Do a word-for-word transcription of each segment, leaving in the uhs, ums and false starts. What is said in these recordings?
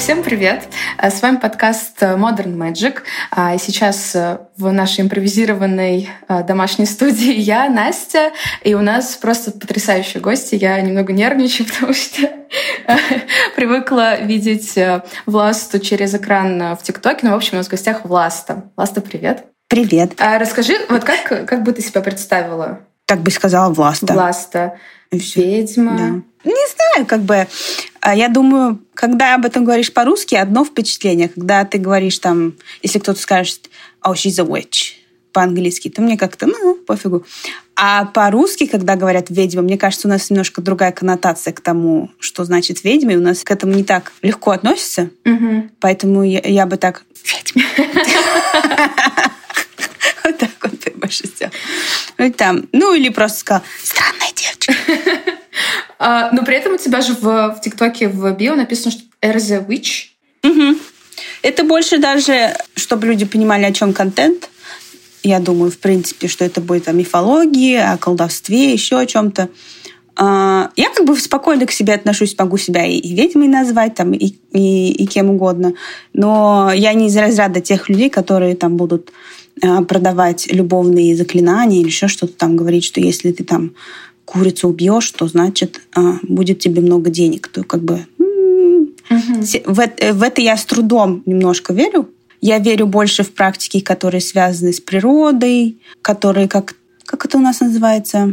Всем привет! С вами подкаст Modern Magic. Сейчас в нашей импровизированной домашней студии я, Настя, и у нас просто потрясающие гости. Я немного нервничаю, потому что привыкла видеть Власту через экран в ТикТоке. Ну, в общем, у нас в гостях Власта. Власта, привет! Привет! А расскажи, вот как, как бы ты себя представила? Так бы сказала Власта. Власта. Ведьма. Да. Не знаю, как бы... Я думаю, когда об этом говоришь по-русски, одно впечатление. Когда ты говоришь там... Если кто-то скажет «Oh, she's a witch» по-английски, то мне как-то, ну, пофигу. А по-русски, когда говорят «ведьма», мне кажется, у нас немножко другая коннотация к тому, что значит «ведьма», и у нас к этому не так легко относятся. Угу. Поэтому я, я бы так... «Ведьма». Вот так вот ты больше сделала. Ну, там, ну, или просто сказала «странная девочка». А, но при этом у тебя же в, в ТикТоке в био написано, что «Erza Witch». Угу. Это больше даже, чтобы люди понимали, о чем контент. Я думаю, в принципе, что это будет о мифологии, о колдовстве, еще о чем-то. А, я как бы спокойно к себе отношусь, могу себя и, и ведьмой назвать, там, и, и, и кем угодно. Но я не из разряда тех людей, которые там будут а, продавать любовные заклинания или еще что-то там, говорить, что если ты там курицу убьешь, то значит а, будет тебе много денег. То как бы угу. в, в это я с трудом немножко верю. Я верю больше в практики, которые связаны с природой, которые как как это у нас называется,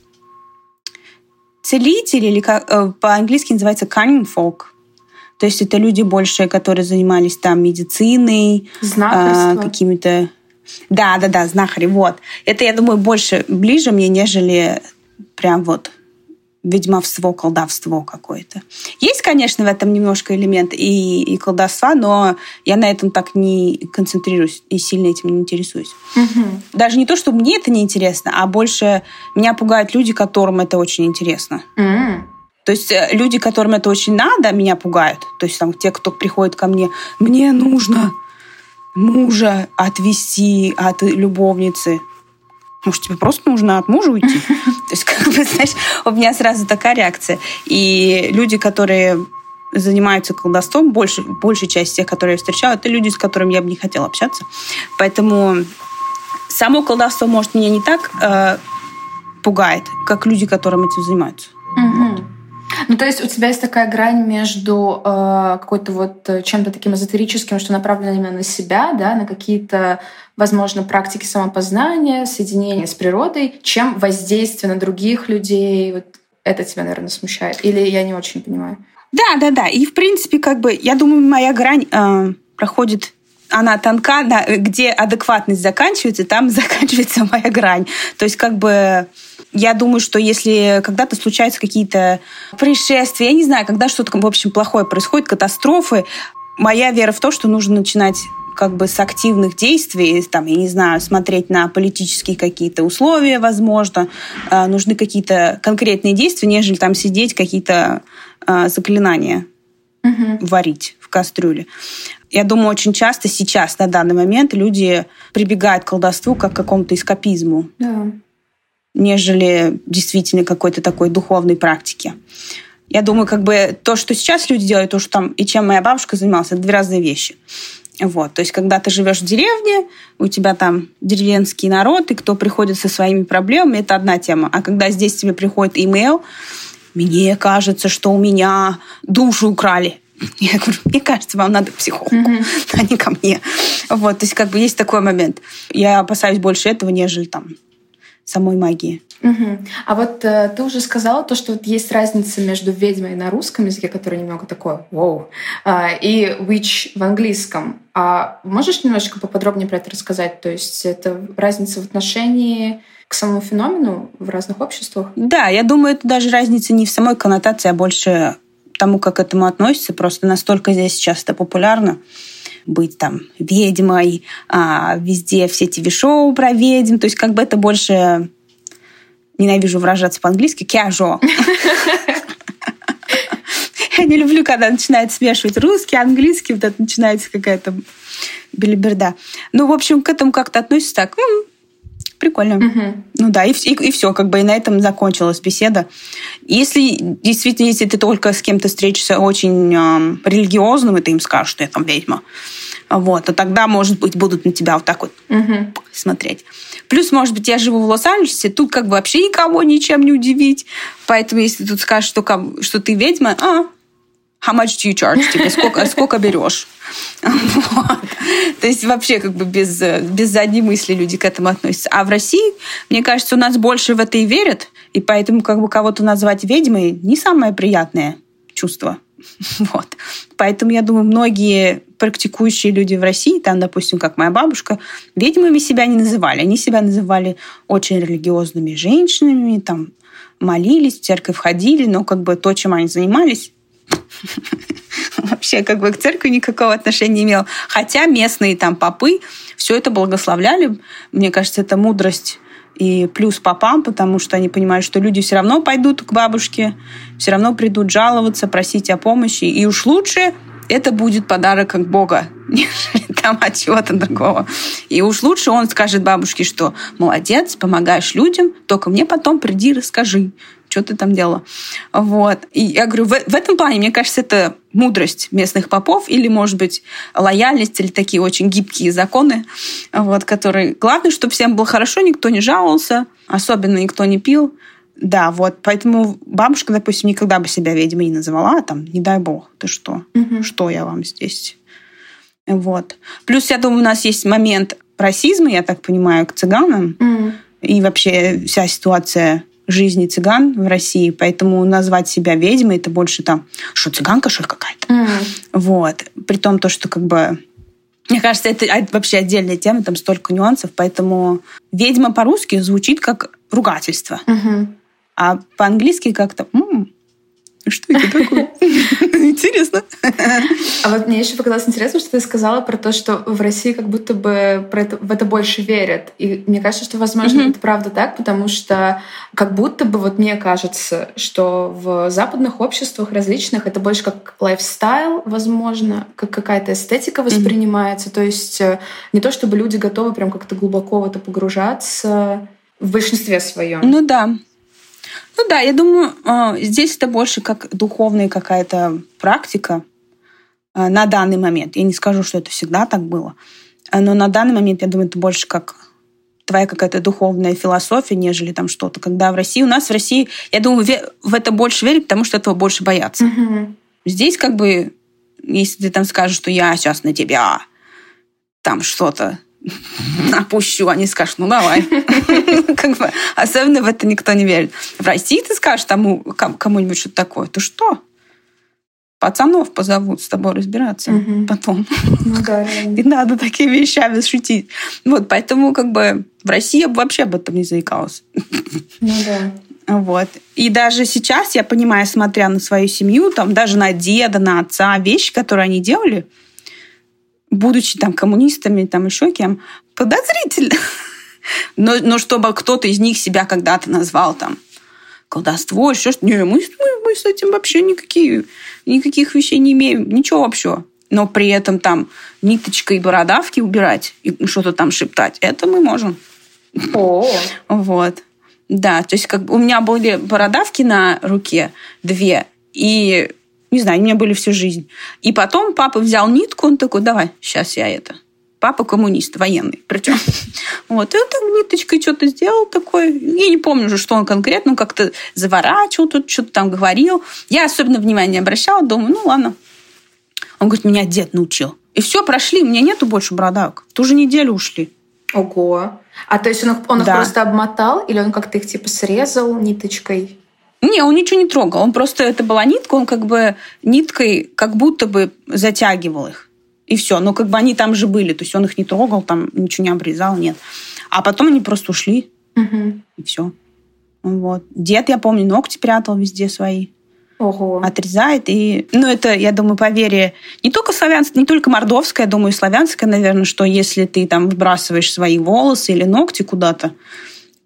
целители, или как по-английски называется cunning folk. То есть это люди больше, которые занимались там медициной, а, какими-то да, да, да, знахари. Вот это, я думаю, больше ближе мне, нежели прям вот ведьмовство, колдовство какое-то. Есть, конечно, в этом немножко элемент и, и колдовства, но я на этом так не концентрируюсь и сильно этим не интересуюсь. Угу. Даже не то, что мне это не интересно, а больше меня пугают люди, которым это очень интересно. Угу. То есть люди, которым это очень надо, меня пугают. То есть там те, кто приходит ко мне, мне нужно мужа отвести от любовницы. Может, тебе просто нужно от мужа уйти? То есть, как бы, знаешь, у меня сразу такая реакция. И люди, которые занимаются колдовством, больше, большая часть тех, которые я встречала, это люди, с которыми я бы не хотела общаться. Поэтому само колдовство, может, меня не так э, пугает, как люди, которым этим занимаются. Угу. Ну, то есть у тебя есть такая грань между э, какой-то вот чем-то таким эзотерическим, что направлено именно на себя, да, на какие-то, возможно, практики самопознания, соединения с природой, чем воздействие на других людей. Вот это тебя, наверное, смущает. Или я не очень понимаю? Да, да, да. И, в принципе, как бы, я думаю, моя грань э, проходит... Она тонка, да, где адекватность заканчивается, там заканчивается моя грань. То есть, как бы, я думаю, что если когда-то случаются какие-то происшествия, я не знаю, когда что-то, в общем, плохое происходит, катастрофы, моя вера в то, что нужно начинать как бы с активных действий, там, я не знаю, смотреть на политические какие-то условия, возможно, э, нужны какие-то конкретные действия, нежели там сидеть, какие-то э, заклинания угу. варить в кастрюле. Я думаю, очень часто сейчас, на данный момент, люди прибегают к колдовству как к какому-то эскапизму, да. нежели действительно какой-то такой духовной практики. Я думаю, как бы то, что сейчас люди делают, то, что там и чем моя бабушка занималась, это две разные вещи. Вот. То есть, когда ты живешь в деревне, у тебя там деревенский народ, и кто приходит со своими проблемами, это одна тема. А когда здесь тебе приходит имейл, мне кажется, что у меня душу украли. Я говорю, мне кажется, вам надо к психологу, mm-hmm. а не ко мне. Вот, то есть как бы есть такой момент. Я опасаюсь больше этого, нежели там самой магии. Mm-hmm. А вот э, ты уже сказала то, что вот есть разница между ведьмой на русском языке, который немного такой «воу», э, и witch в английском. А можешь немножечко поподробнее про это рассказать? То есть это разница в отношении к самому феномену в разных обществах? Да, я думаю, это даже разница не в самой коннотации, а больше тому, как к этому относится. Просто настолько здесь сейчас это популярно быть там ведьмой, а везде все ти ви-шоу про ведьм. То есть как бы это больше... Ненавижу выражаться по-английски. Casual. Я не люблю, когда начинают смешивать русский, английский. Вот это начинается какая-то белиберда. Ну, в общем, к этому как-то относится так. Прикольно. Угу. Ну да, и, и, и все, как бы и на этом закончилась беседа. Если действительно, если ты только с кем-то встретишься очень э, религиозным, и ты им скажешь, что я там ведьма, вот, то тогда, может быть, будут на тебя вот так вот угу. смотреть. Плюс, может быть, я живу в Лос-Анджелесе, тут как бы вообще никого ничем не удивить. Поэтому, если тут скажешь, что, что ты ведьма, а, how much do you charge? Типа, сколько, сколько берешь? Вот. То есть вообще как бы без, без задней мысли люди к этому относятся. А в России, мне кажется, у нас больше в это и верят, и поэтому как бы кого-то назвать ведьмой не самое приятное чувство. Вот. Поэтому, я думаю, многие практикующие люди в России, там, допустим, как моя бабушка, ведьмами себя не называли. Они себя называли очень религиозными женщинами, там, молились, в церковь ходили, но как бы то, чем они занимались, вообще как бы к церкви никакого отношения не имел. Хотя местные там попы все это благословляли. Мне кажется, это мудрость и плюс попам, потому что они понимают, что люди все равно пойдут к бабушке, все равно придут жаловаться, просить о помощи. И уж лучше это будет подарок от Бога, нежели там от чего-то другого. И уж лучше он скажет бабушке, что молодец, помогаешь людям, только мне потом приди и расскажи, что ты там делала. Вот. И я говорю, в, в этом плане, мне кажется, это мудрость местных попов или, может быть, лояльность или такие очень гибкие законы, вот, которые... Главное, чтобы всем было хорошо, никто не жаловался, особенно никто не пил. Да, вот. Поэтому бабушка, допустим, никогда бы себя ведьмой не называла, а там, не дай бог, ты что? Mm-hmm. Что я вам здесь? Вот. Плюс, я думаю, у нас есть момент расизма, я так понимаю, к цыганам. Mm-hmm. И вообще вся ситуация жизни цыган в России, поэтому назвать себя ведьмой это больше там, что цыганка, что какая-то. Mm. Вот. При том, то, что как бы... Мне кажется, это вообще отдельная тема, там столько нюансов, поэтому ведьма по-русски звучит как ругательство. Mm-hmm. А по-английски как-то... М-м, что это такое? Интересно. А вот мне еще показалось интересно, что ты сказала про то, что в России как будто бы про это, в это больше верят. И мне кажется, что, возможно, mm-hmm. это правда так, потому что как будто бы, вот мне кажется, что в западных обществах различных это больше как лайфстайл, возможно, как какая-то эстетика воспринимается. Mm-hmm. То есть не то, чтобы люди готовы прям как-то глубоко в это погружаться в большинстве своем. Ну да. Ну да, я думаю, здесь это больше как духовная какая-то практика на данный момент. Я не скажу, что это всегда так было, но на данный момент, я думаю, это больше как твоя какая-то духовная философия, нежели там что-то. Когда в России, у нас в России, я думаю, в это больше верят, потому что этого больше боятся. Mm-hmm. Здесь как бы, если ты там скажешь, что я сейчас на тебя там что-то напущу, они скажут, ну давай. Как бы, особенно в это никто не верит. В России ты скажешь тому, кому-нибудь что-то такое, то что? Пацанов позовут с тобой разбираться угу. потом. Ну, да, не надо такими вещами шутить. Вот, поэтому как бы в России я бы вообще об этом не заикалась. Ну да. Вот. И даже сейчас я понимаю, смотря на свою семью, там, даже на деда, на отца, вещи, которые они делали, будучи там коммунистами, там еще кем, подозрительно. Но, но чтобы кто-то из них себя когда-то назвал там колдовство, еще что-то. Не, мы, мы, мы с этим вообще никакие, никаких вещей не имеем, ничего вообще. Но при этом там ниточкой бородавки убирать и что-то там шептать, это мы можем. О. Вот. Да, то есть как бы у меня были бородавки на руке две, и не знаю, они у меня были всю жизнь. И потом папа взял нитку, он такой, давай, сейчас я это. Папа коммунист, военный, причем. Вот, и он там ниточкой что-то сделал такое. Я не помню уже, что он конкретно, он как-то заворачивал тут, что-то там говорил. Я особенно внимания не обращала, думаю, ну ладно. Он говорит, меня дед научил. И все, прошли, у меня нету больше бородавок. В ту же неделю ушли. Ого. А то есть он их, он их да. просто обмотал, или он как-то их типа срезал ниточкой? Не, он ничего не трогал. Он просто, это была нитка, он как бы ниткой как будто бы затягивал их. И все. Но как бы они там же были. То есть он их не трогал, там ничего не обрезал, нет. А потом они просто ушли. Угу. И все. Вот. Дед, я помню, ногти прятал везде свои. Ого. Отрезает. И... Ну, это, я думаю, поверье не только славянское, не только мордовское, я думаю, и славянское, наверное, что если ты там выбрасываешь свои волосы или ногти куда-то,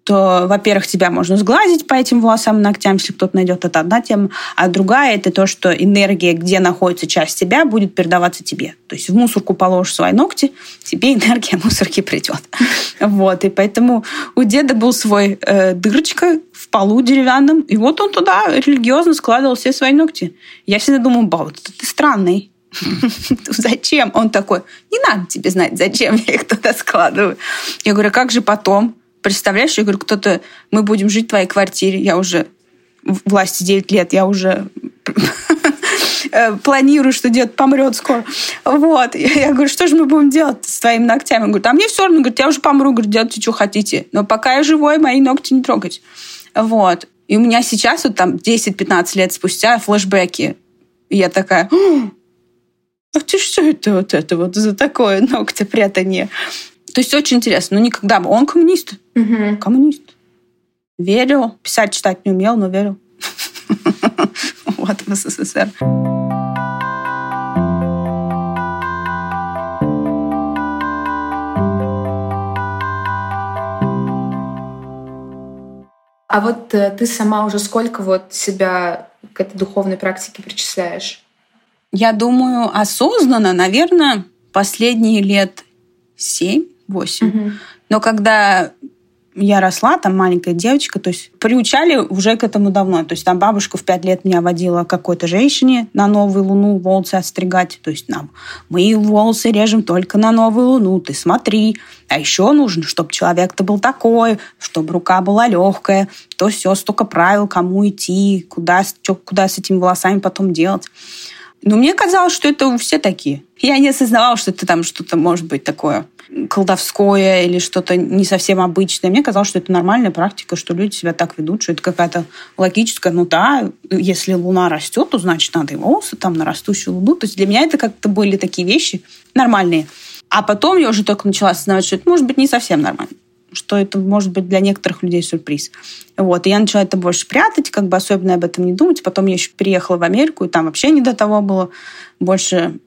то, во-первых, тебя можно сглазить по этим волосам и ногтям, если кто-то найдет, это одна тема. А другая — это то, что энергия, где находится часть тебя, будет передаваться тебе. То есть в мусорку положишь свои ногти, тебе энергия мусорки придет. Вот. И поэтому у деда был свой э, дырочка в полу деревянном, и вот он туда религиозно складывал все свои ногти. Я всегда думала, ба, вот ты странный. Зачем? Он такой, не надо тебе знать, зачем я их туда складываю. Я говорю, а как же потом? Представляешь, я говорю, кто-то, мы будем жить в твоей квартире, я уже в власти девять лет, я уже планирую, что дед помрет скоро. Вот. Я говорю, что же мы будем делать с твоими ногтями? Он говорит, а мне все равно, говорит, я уже помру, говорит, делайте, что хотите. Но пока я живой, мои ногти не трогать. Вот. И у меня сейчас, вот там, десять-пятнадцать лет спустя, флешбеки. И я такая, а ты что это вот это вот за такое ногтепрятание? То есть очень интересно. Но никогда бы. Он коммунист. Угу. Коммунист. Верил. Писать, читать не умел, но верил. Вот в СССР. А вот ты сама уже сколько вот себя к этой духовной практике причисляешь? Я думаю, осознанно, наверное, последние лет семь-восемь. Угу. Но когда я росла, там маленькая девочка, то есть приучали уже к этому давно. То есть там бабушка в пять лет меня водила к какой-то женщине на новую луну волосы отстригать. То есть нам мы волосы режем только на новую луну, ты смотри. А еще нужно, чтобы человек-то был такой, чтобы рука была легкая, то все, столько правил, кому идти, куда, что, куда с этими волосами потом делать. Но мне казалось, что это все такие. Я не осознавала, что это там что-то может быть такое колдовское или что-то не совсем обычное. Мне казалось, что это нормальная практика, что люди себя так ведут, что это какая-то логическая, ну да, если луна растет, то значит надо и волосы там на растущую луну. То есть для меня это как-то были такие вещи нормальные. А потом я уже только начала осознавать, что это может быть не совсем нормально, что это может быть для некоторых людей сюрприз. Вот. И я начала это больше прятать, как бы особенно об этом не думать. Потом я еще переехала в Америку, и там вообще не до того было. Больше,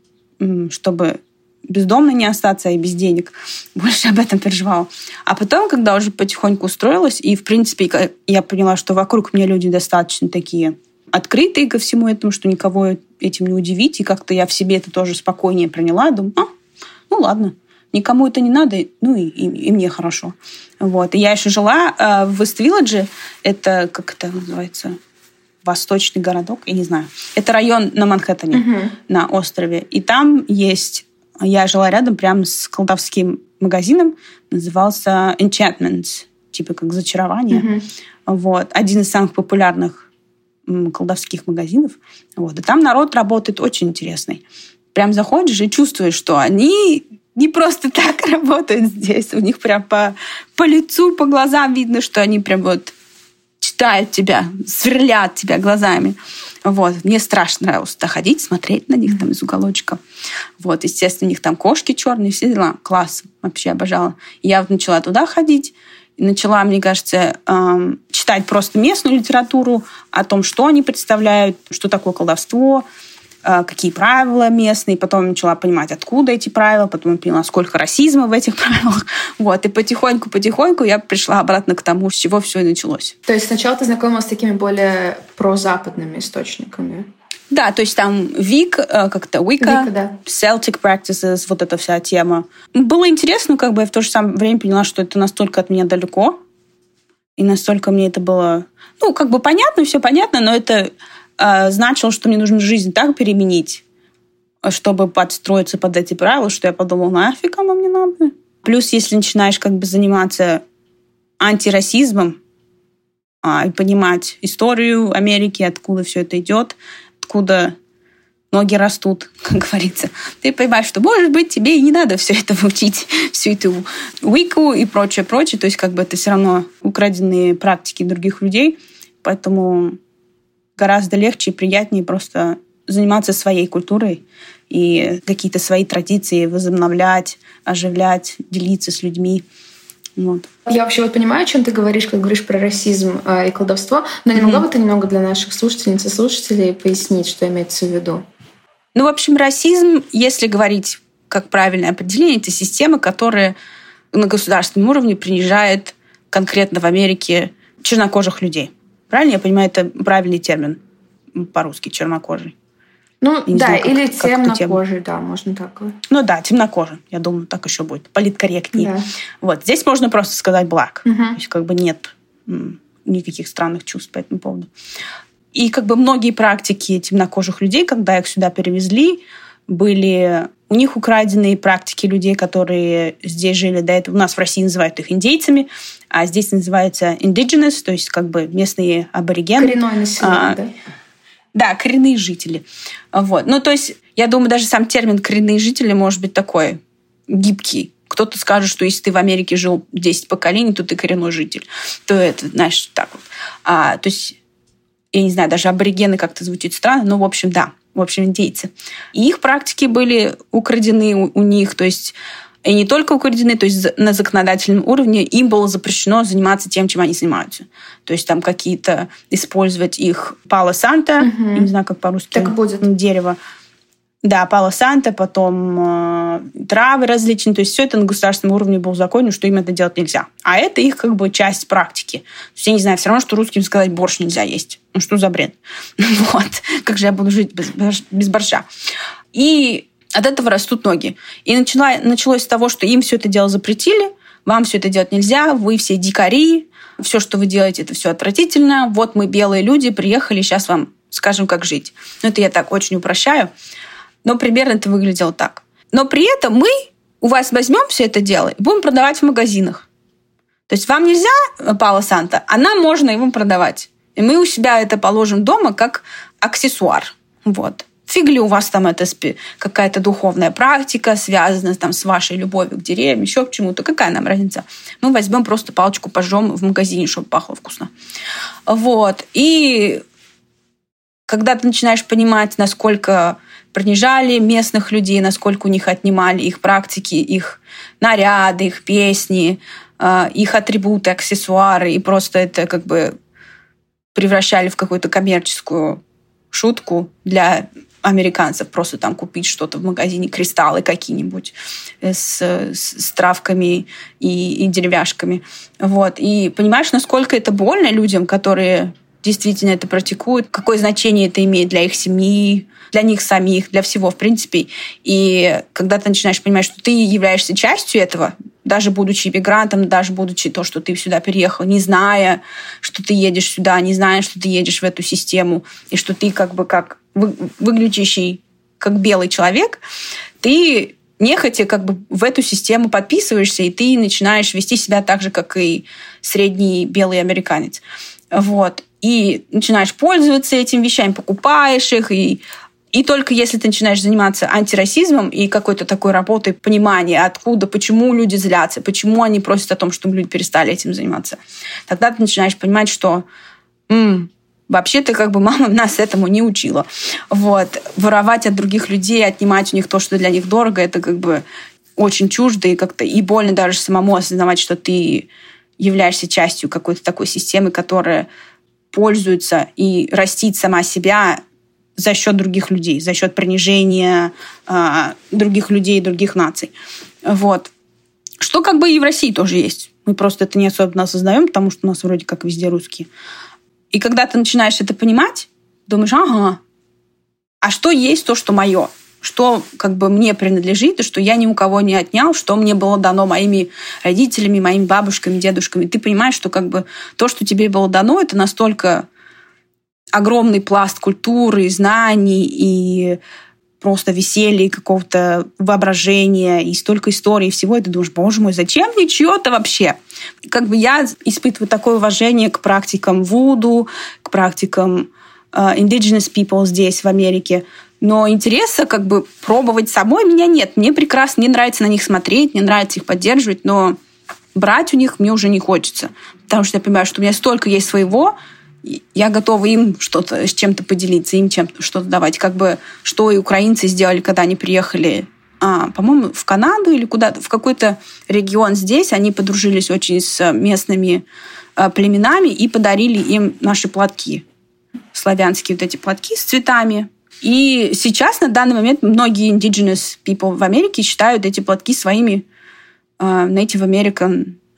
чтобы бездомной не остаться и без денег. Больше об этом переживала. А потом, когда уже потихоньку устроилась, и, в принципе, я поняла, что вокруг меня люди достаточно такие открытые ко всему этому, что никого этим не удивить, и как-то я в себе это тоже спокойнее приняла. Думаю, а, ну ладно. Никому это не надо, ну и, и, и мне хорошо. Вот. И я еще жила э, в Вест-Вилледже. Это, как это называется, восточный городок, я не знаю. Это район на Манхэттене, uh-huh. на острове. И там есть... Я жила рядом прямо с колдовским магазином. Назывался Enchantments, типа как зачарование. Uh-huh. Вот. Один из самых популярных м, колдовских магазинов. Вот. И там народ работает очень интересный. Прям заходишь и чувствуешь, что они... не просто так работают здесь. У них прям по, по лицу, по глазам видно, что они прям вот читают тебя, сверлят тебя глазами. Вот. Мне страшно нравилось туда ходить, смотреть на них там из уголочка. Вот. Естественно, у них там кошки черные, все дела. Класс. Вообще обожала. И я вот начала туда ходить. И начала, мне кажется, эм, читать просто местную литературу о том, что они представляют, что такое колдовство, какие правила местные, потом начала понимать, откуда эти правила, потом поняла, сколько расизма в этих правилах. Вот. И потихоньку-потихоньку я пришла обратно к тому, с чего все и началось. То есть сначала ты знакомилась с такими более прозападными источниками? Да, то есть там Вик, как-то Wicca, Wicca, да. Celtic practices, вот эта вся тема. Было интересно, как бы я в то же самое время поняла, что это настолько от меня далеко, и настолько мне это было... Ну, как бы понятно, все понятно, но это... значило, что мне нужно жизнь так переменить, чтобы подстроиться под эти правила, что я подумала, нафиг оно мне надо. Плюс, если начинаешь как бы заниматься антирасизмом а, и понимать историю Америки, откуда все это идет, откуда ноги растут, как говорится, ты понимаешь, что, может быть, тебе и не надо все это учить, всю эту Wicca и прочее, прочее. То есть как бы это все равно украденные практики других людей. Поэтому... гораздо легче и приятнее просто заниматься своей культурой и какие-то свои традиции возобновлять, оживлять, делиться с людьми. Вот. Я вообще вот понимаю, о чем ты говоришь, когда говоришь про расизм э, и колдовство, но не могла бы ты немного для наших слушательниц и слушателей пояснить, что имеется в виду? Ну, в общем, расизм, если говорить как правильное определение, это система, которая на государственном уровне принижает конкретно в Америке чернокожих людей. Правильно я понимаю, это правильный термин по-русски, чернокожий? Ну, я да, знаю, как, или как темнокожий, да, можно так говорить. Ну да, темнокожий, я думаю, так еще будет политкорректнее. Да. Вот, здесь можно просто сказать black. Угу. То есть как бы нет м, никаких странных чувств по этому поводу. И как бы многие практики темнокожих людей, когда их сюда перевезли, были у них украденные практики людей, которые здесь жили до этого. У нас в России называют их индейцами, а здесь называются indigenous, то есть как бы местные аборигены. Коренное население, а, да? Да, коренные жители. Вот. Ну, то есть, я думаю, даже сам термин «коренные жители» может быть такой гибкий. Кто-то скажет, что если ты в Америке жил десять поколений, то ты коренной житель. То это, знаешь, так вот. А, то есть, я не знаю, даже аборигены как-то звучит странно, но, в общем, да. В общем, индейцы. И их практики были украдены у, у них, то есть и не только украдены, то есть на законодательном уровне им было запрещено заниматься тем, чем они занимаются. То есть там какие-то использовать их пало санта, угу. не знаю, как по-русски. Так будет. Дерево. Да, пало санта, потом э, травы различные. То есть все это на государственном уровне было законно, что им это делать нельзя. А это их как бы часть практики. То есть я не знаю, все равно, что русским сказать борщ нельзя есть. Ну что за бред? Вот. Как же я буду жить без, без борща? И от этого растут ноги. И начала, началось с того, что им все это дело запретили, вам все это делать нельзя, вы все дикари, все, что вы делаете, это все отвратительно. Вот мы, белые люди, приехали, сейчас вам скажем, как жить. Ну, это я так очень упрощаю. Но примерно это выглядело так. Но при этом мы у вас возьмем все это дело и будем продавать в магазинах. То есть вам нельзя пало санта, а нам можно его продавать. И мы у себя это положим дома как аксессуар. Вот. Фиг ли у вас там это какая-то духовная практика, связанная там, с вашей любовью к деревьям, еще к чему-то. Какая нам разница? Мы возьмем просто палочку, пожжем в магазине, чтобы пахло вкусно. Вот. И когда ты начинаешь понимать, насколько принижали местных людей, насколько у них отнимали их практики, их наряды, их песни, их атрибуты, аксессуары, и просто это как бы превращали в какую-то коммерческую шутку для американцев, просто там купить что-то в магазине, кристаллы какие-нибудь с, с, с травками и, и деревяшками. Вот. И понимаешь, насколько это больно людям, которые действительно это практикуют, какое значение это имеет для их семьи, для них самих, для всего, в принципе. И когда ты начинаешь понимать, что ты являешься частью этого, даже будучи иммигрантом, даже будучи то, что ты сюда переехал, не зная, что ты едешь сюда, не зная, что ты едешь в эту систему, и что ты как бы как выглядящий как белый человек, ты нехотя как бы в эту систему подписываешься, и ты начинаешь вести себя так же, как и средний белый американец. Вот. И начинаешь пользоваться этими вещами, покупаешь их, и, и только если ты начинаешь заниматься антирасизмом и какой-то такой работой понимания, откуда, почему люди злятся, почему они просят о том, чтобы люди перестали этим заниматься, тогда ты начинаешь понимать, что м-м, вообще-то как бы мама нас этому не учила. Вот. Воровать от других людей, отнимать у них то, что для них дорого, это как бы очень чуждо и как-то и больно даже самому осознавать, что ты являешься частью какой-то такой системы, которая пользуется и растит сама себя за счет других людей, за счет принижения э, других людей, других наций. Вот. Что как бы и в России тоже есть. Мы просто это не особенно осознаем, потому что у нас вроде как везде русские. И когда ты начинаешь это понимать, думаешь, ага, а что есть то, что мое? Что как бы мне принадлежит, и что я ни у кого не отнял, что мне было дано моими родителями, моими бабушками, дедушками. Ты понимаешь, что как бы то, что тебе было дано, это настолько огромный пласт культуры, знаний и просто веселья, и какого-то воображения, и столько историй, и всего. И ты думаешь, боже мой, зачем мне чьё-то вообще? Как бы я испытываю такое уважение к практикам вуду, к практикам uh, indigenous people здесь, в Америке. Но интереса как бы пробовать самой меня нет. Мне прекрасно, мне нравится на них смотреть, мне нравится их поддерживать, но брать у них мне уже не хочется. Потому что я понимаю, что у меня столько есть своего, я готова им что-то, с чем-то поделиться, им чем-то что-то давать. Как бы что и украинцы сделали, когда они приехали, а, по-моему, в Канаду или куда-то, в какой-то регион здесь. Они подружились очень с местными а, племенами и подарили им наши платки. Славянские вот эти платки с цветами. И сейчас, на данный момент, многие indigenous people в Америке считают эти платки своими uh, Native American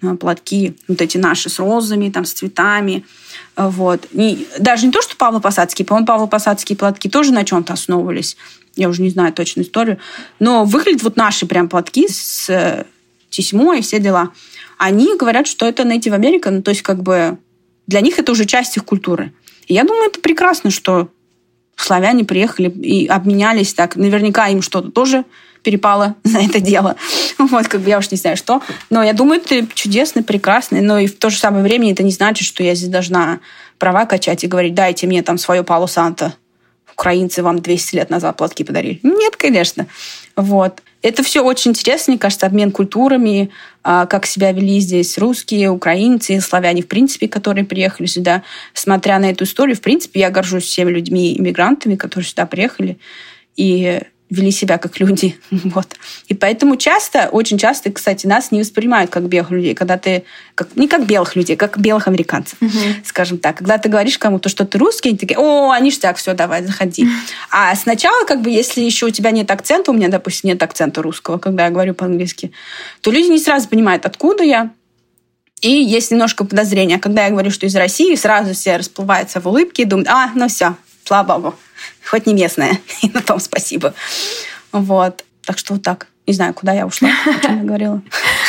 платки, вот эти наши с розами, там, с цветами. Вот. И даже не то, что Павло-Посадские, по-моему, Павло-Посадские платки тоже на чем-то основывались. Я уже не знаю точную историю. Но выглядят вот наши прям платки с тесьмой и все дела. Они говорят, что это Native American, то есть как бы для них это уже часть их культуры. И я думаю, это прекрасно, что славяне приехали и обменялись так. Наверняка им что-то тоже перепало за это дело. Вот, как бы я уж не знаю, что. Но я думаю, это чудесно, прекрасно. Но и в то же самое время это не значит, что я здесь должна права качать и говорить, дайте мне там свое Пало Санто. Украинцы вам двести лет назад платки подарили. Нет, конечно. Вот. Это все очень интересно, мне кажется, обмен культурами, как себя вели здесь русские, украинцы, славяне, в принципе, которые приехали сюда. Смотря на эту историю, в принципе, я горжусь всеми людьми, иммигрантами, которые сюда приехали и вели себя как люди. Вот. И поэтому часто, очень часто, кстати, нас не воспринимают как белых людей, когда ты... Как, не как белых людей, как белых американцев, uh-huh. скажем так. Когда ты говоришь кому-то, что ты русский, они такие, о, они ж так, все, давай, заходи. А сначала, как бы, если еще у тебя нет акцента, у меня, допустим, нет акцента русского, когда я говорю по-английски, то люди не сразу понимают, откуда я. И есть немножко подозрения. Когда я говорю, что из России, сразу все расплываются в улыбке и думают, а, ну все, слава богу. Хоть не местная. И на том спасибо. Вот. Так что вот так. Не знаю, куда я ушла, о чем я говорила.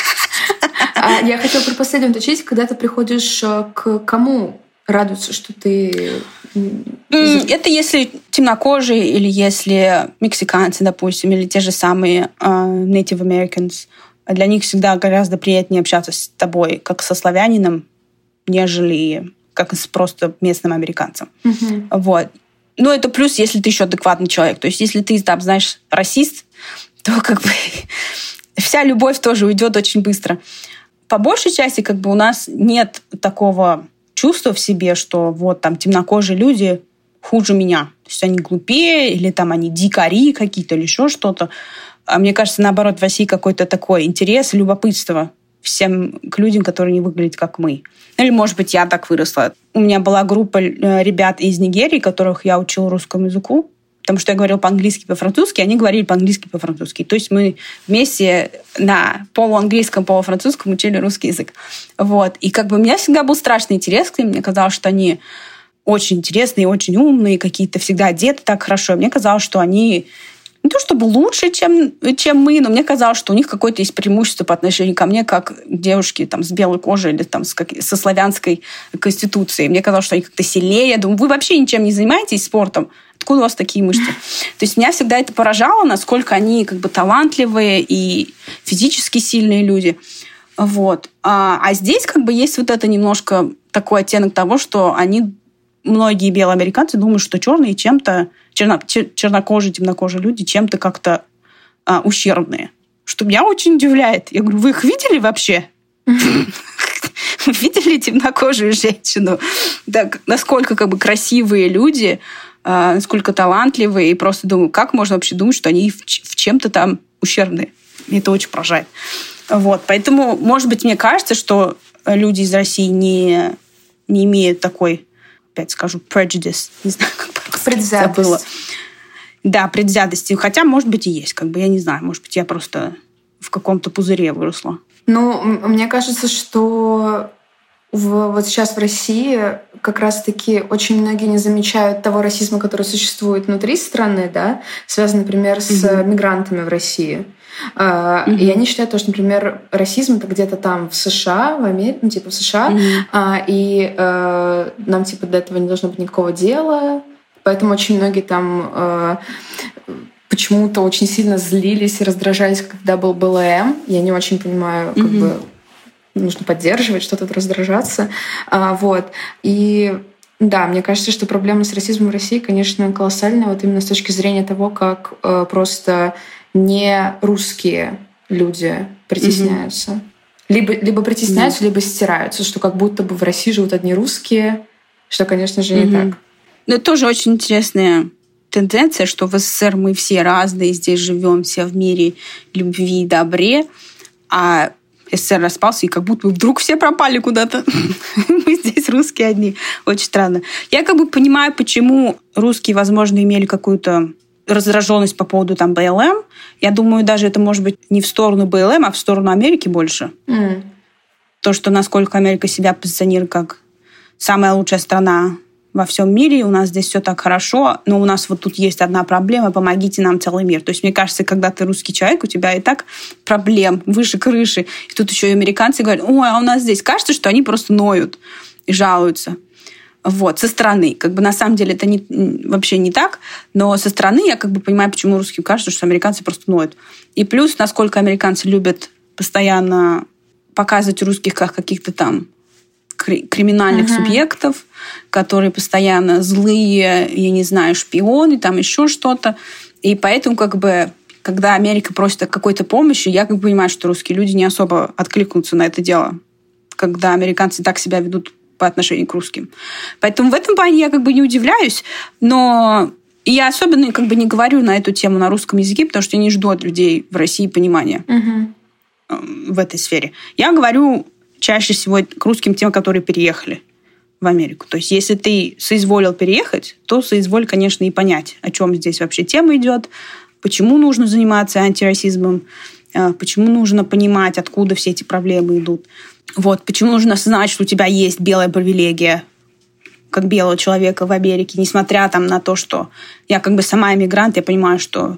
Я хотела про последнее уточнить. Когда ты приходишь к кому радуются, что ты... Это если темнокожие или если мексиканцы, допустим, или те же самые uh, Native Americans. Для них всегда гораздо приятнее общаться с тобой, как со славянином, нежели как с просто местным американцем. Uh-huh. Вот. Ну, это плюс, если ты еще адекватный человек. То есть, если ты, там, знаешь, расист, то как бы вся любовь тоже уйдет очень быстро. По большей части как бы у нас нет такого чувства в себе, что вот там темнокожие люди хуже меня. То есть, они глупее, или там они дикари какие-то, или еще что-то. А мне кажется, наоборот, в России какой-то такой интерес, любопытство всем к людям, которые не выглядят как мы. Или, может быть, я так выросла. У меня была группа ребят из Нигерии, которых я учила русскому языку, потому что я говорила по-английски, по-французски, они говорили по-английски, по-французски. То есть мы вместе на полуанглийском, полуфранцузском учили русский язык. Вот. И как бы у меня всегда был страшный интерес к ним. Мне казалось, что они очень интересные, очень умные, какие-то всегда одеты так хорошо. Мне казалось, что они не то чтобы лучше, чем, чем мы, но мне казалось, что у них какое-то есть преимущество по отношению ко мне, как девушки там, с белой кожей или там, с, как, со славянской конституцией. Мне казалось, что они как-то сильнее. Я думаю, вы вообще ничем не занимаетесь спортом. Откуда у вас такие мышцы? То есть меня всегда это поражало, насколько они как бы талантливые и физически сильные люди. Вот. А, а здесь как бы есть вот это немножко такой оттенок того, что они, многие белые американцы думают, что черные чем-то Черно, чернокожие, темнокожие люди чем-то как-то а, ущербные. Что меня очень удивляет. Я говорю, вы их видели вообще? Видели темнокожую женщину? Так, насколько как бы красивые люди, а, насколько талантливые. И просто думаю, как можно вообще думать, что они в, в чем-то там ущербные? Меня это очень поражает. Вот. Поэтому, может быть, мне кажется, что люди из России не, не имеют такой, опять скажу, prejudice. Не знаю, как предвзятость. Да, предвзятости. Хотя, может быть, и есть. Как бы, я не знаю. Может быть, я просто в каком-то пузыре выросла. Ну, мне кажется, что в, вот сейчас в России как раз-таки очень многие не замечают того расизма, который существует внутри страны, да, связан, например, с mm-hmm. мигрантами в России. Mm-hmm. И они считают, что, например, расизм — это где-то там в США, в Америке, ну, типа в США, mm-hmm. и э, нам, типа, до этого не должно быть никакого дела. Поэтому очень многие там э, почему-то очень сильно злились и раздражались, когда был бэ эл эм. Я не очень понимаю, как mm-hmm. бы нужно поддерживать, что-то раздражаться. А, вот. И да, мне кажется, что проблема с расизмом в России, конечно, колоссальная, вот именно с точки зрения того, как э, просто не русские люди притесняются. Mm-hmm. Либо, либо притесняются, mm-hmm. либо стираются, что как будто бы в России живут одни русские, что, конечно же, не mm-hmm. так. Но это тоже очень интересная тенденция, что в СССР мы все разные, здесь живем все в мире любви и добре, а СССР распался, и как будто бы вдруг все пропали куда-то. Мы здесь русские одни. Очень странно. Я как бы понимаю, почему русские, возможно, имели какую-то раздраженность по поводу там бэ эл эм. Я думаю, даже это может быть не в сторону бэ эл эм, а в сторону Америки больше. Mm. то, что насколько Америка себя позиционирует как самая лучшая страна во всем мире, у нас здесь все так хорошо, но у нас вот тут есть одна проблема, помогите нам целый мир. То есть, мне кажется, когда ты русский человек, у тебя и так проблем выше крыши, и тут еще и американцы говорят, ой, а у нас здесь кажется, что они просто ноют и жалуются. Вот, со стороны. Как бы на самом деле это не, вообще не так, но со стороны я как бы понимаю, почему русским кажется, что американцы просто ноют. И плюс, насколько американцы любят постоянно показывать русских как каких-то там криминальных uh-huh. субъектов, которые постоянно злые, я не знаю, шпионы, там еще что-то. И поэтому, как бы, когда Америка просит о какой-то помощи, я как бы понимаю, что русские люди не особо откликнутся на это дело, когда американцы так себя ведут по отношению к русским. Поэтому в этом плане я как бы не удивляюсь, но я особенно как бы не говорю на эту тему на русском языке, потому что я не жду от людей в России понимания uh-huh. в этой сфере. Я говорю чаще всего к русским тем, которые переехали в Америку. То есть, если ты соизволил переехать, то соизволь, конечно, и понять, о чем здесь вообще тема идет, почему нужно заниматься антирасизмом, почему нужно понимать, откуда все эти проблемы идут. Вот, почему нужно осознать, что у тебя есть белая привилегия, как белого человека в Америке, несмотря там, на то, что я как бы сама иммигрант, я понимаю, что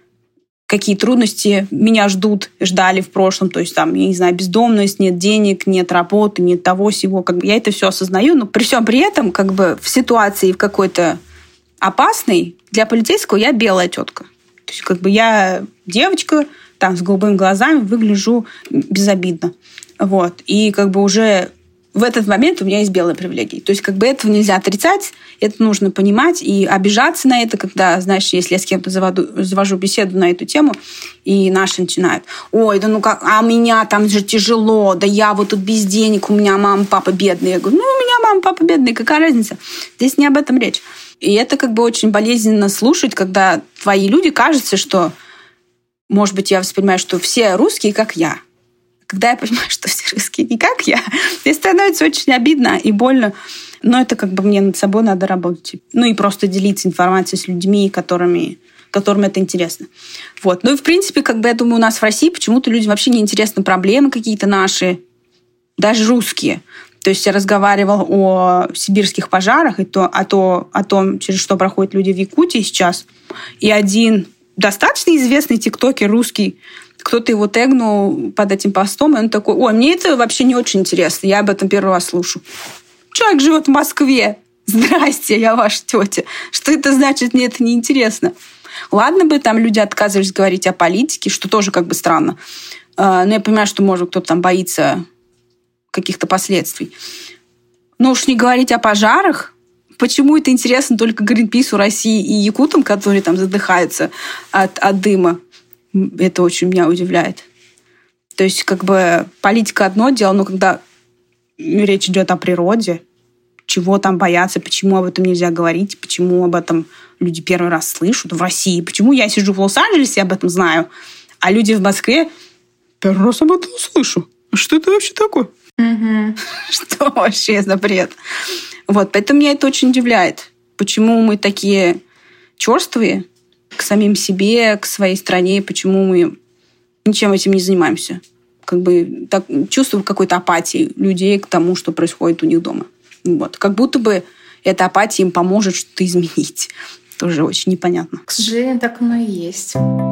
какие трудности меня ждут, ждали в прошлом, то есть там, я не знаю, бездомность, нет денег, нет работы, нет того всего, как бы я это все осознаю, но при всем при этом, как бы в ситуации в какой-то опасной для полицейского я белая тетка, то есть как бы я девочка там с голубыми глазами, выгляжу безобидно, вот, и как бы уже в этот момент у меня есть белые привилегии. То есть как бы этого нельзя отрицать, это нужно понимать и обижаться на это, когда, знаешь, если я с кем-то заводу, завожу беседу на эту тему, и наши начинают, ой, да ну как, а у меня там же тяжело, да я вот тут без денег, у меня мама, папа бедные. Я говорю, ну у меня мама, папа бедные, какая разница? Здесь не об этом речь. И это как бы очень болезненно слушать, когда твои люди кажется, что, может быть, я воспринимаю, что все русские, как я. Когда я понимаю, что все русские не как я, мне становится очень обидно и больно. Но это как бы мне над собой надо работать. Ну и просто делиться информацией с людьми, которыми, которым это интересно. Вот. Ну и в принципе, как бы я думаю, у нас в России почему-то людям вообще не интересны проблемы какие-то наши, даже русские. То есть я разговаривала о сибирских пожарах и то, о, то, о том, через что проходят люди в Якутии сейчас. И один достаточно известный тиктокер русский, кто-то его тегнул под этим постом, и он такой, ой, мне это вообще не очень интересно, я об этом первый раз слышу. Человек живет в Москве. Здрасте, я ваша тетя. Что это значит, мне это не интересно? Ладно бы там люди отказывались говорить о политике, что тоже как бы странно. Но я понимаю, что, может, кто-то там боится каких-то последствий. Но уж не говорить о пожарах. Почему это интересно только Гринпису России и якутам, которые там задыхаются от, от дыма? Это очень меня удивляет. То есть, как бы, политика одно дело, но когда речь идет о природе, чего там бояться, почему об этом нельзя говорить, почему об этом люди первый раз слышат в России, почему я сижу в Лос-Анджелесе и об этом знаю, а люди в Москве первый раз об этом слышу. Что это вообще такое? Mm-hmm. Что вообще за бред? Вот, поэтому меня это очень удивляет. Почему мы такие черствые к самим себе, к своей стране, почему мы ничем этим не занимаемся. Как бы так, чувствую какой-то апатии людей к тому, что происходит у них дома. Вот. Как будто бы эта апатия им поможет что-то изменить. Тоже очень непонятно. К сожалению, так оно и есть.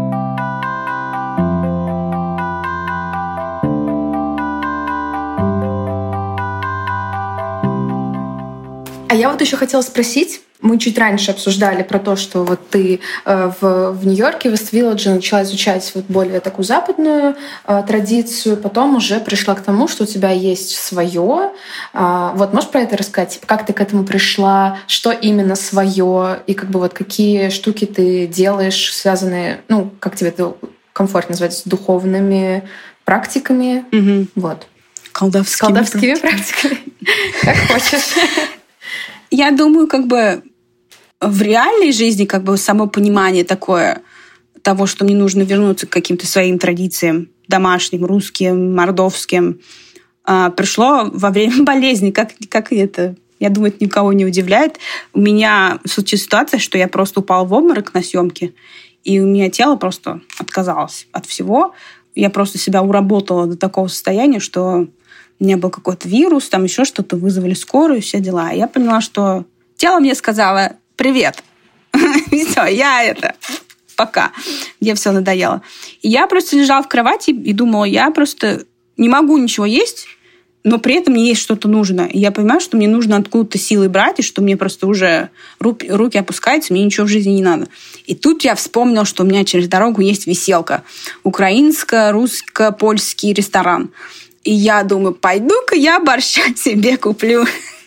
А я вот еще хотела спросить, мы чуть раньше обсуждали про то, что вот ты э, в, в Нью-Йорке, в Вест-Вилледже начала изучать вот более такую западную э, традицию, потом уже пришла к тому, что у тебя есть свое. Э, вот можешь про это рассказать? Типа, как ты к этому пришла? Что именно свое? И как бы вот какие штуки ты делаешь, связанные, ну, как тебе это комфортно назвать, с духовными практиками? Угу. Вот. Колдовскими, Колдовскими практиками. Как хочешь. Я думаю, как бы в реальной жизни как бы само понимание такое того, что мне нужно вернуться к каким-то своим традициям домашним, русским, мордовским, пришло во время болезни. Как, как это? Я думаю, это никого не удивляет. У меня случилась ситуация, что я просто упала в обморок на съемке, и у меня тело просто отказалось от всего. Я просто себя уработала до такого состояния, что у меня был какой-то вирус, там еще что-то, вызвали скорую, все дела. И я поняла, что тело мне сказало «Привет». Все, я это... Пока. Мне все надоело. И я просто лежала в кровати и думала, я просто не могу ничего есть, но при этом мне есть что-то нужно. И я понимаю, что мне нужно откуда-то силы брать, и что мне просто уже руки, руки опускаются, мне ничего в жизни не надо. И тут я вспомнила, что у меня через дорогу есть веселка. Украинско-русско-польский ресторан. И я думаю, пойду-ка я борща себе куплю.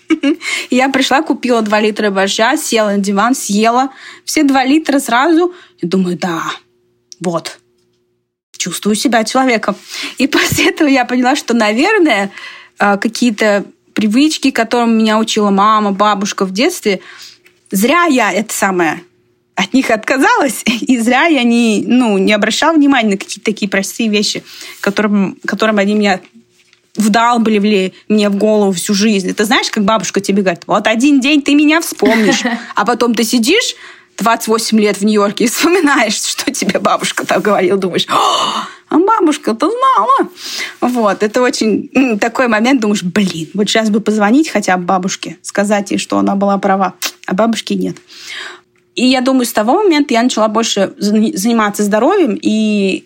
И я пришла, купила два литра борща, села на диван, съела все два литра сразу. И думаю, да, вот, чувствую себя человеком. И после этого я поняла, что, наверное, какие-то привычки, которым меня учила мама, бабушка в детстве, зря я это самое от них отказалась, и зря я не, ну, не обращала внимания на какие-то такие простые вещи, которым, которым они меня вдалбливали мне в голову всю жизнь. Это знаешь, как бабушка тебе говорит, вот один день ты меня вспомнишь, а потом ты сидишь двадцать восемь лет в Нью-Йорке и вспоминаешь, что тебе бабушка так говорила, думаешь, а бабушка-то знала. Вот, это очень такой момент, думаешь, блин, вот сейчас бы позвонить хотя бы бабушке, сказать ей, что она была права, а бабушки нет. И я думаю, с того момента я начала больше заниматься здоровьем и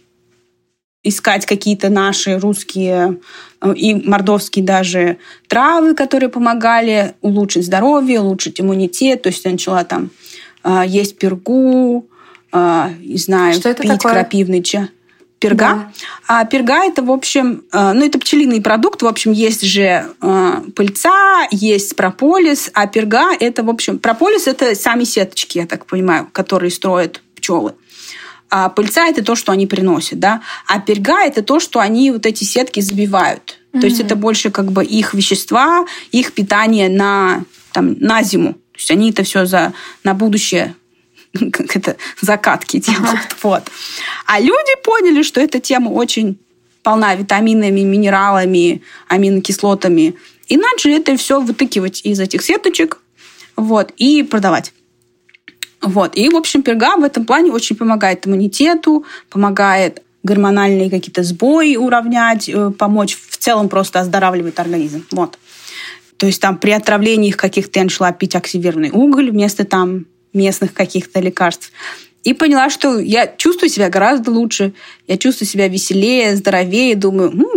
искать какие-то наши русские и мордовские даже травы, которые помогали улучшить здоровье, улучшить иммунитет. То есть я начала там есть пергу, не знаю, что это пить такое? Крапивный чай. Перга. Да. А перга это, в общем, ну, это пчелиный продукт. В общем, есть же пыльца, есть прополис, а перга это, в общем, прополис это сами сеточки, я так понимаю, которые строят пчелы. А пыльца это то, что они приносят, да. А перга это то, что они вот эти сетки забивают. Mm-hmm. То есть это больше как бы их вещества, их питание на, там, на зиму. То есть они это все за, на будущее как это, закатки делают. Uh-huh. Вот. А люди поняли, что эта тема очень полна витаминами, минералами, аминокислотами. И начали это все вытыкивать из этих сеточек вот, и продавать. Вот. И, в общем, перга в этом плане очень помогает иммунитету, помогает гормональные какие-то сбои уравнять, помочь в целом просто оздоравливает организм. Вот. То есть там при отравлениях каких-то я начала пить активированный уголь вместо там местных каких-то лекарств. И поняла, что я чувствую себя гораздо лучше, я чувствую себя веселее, здоровее, думаю, М,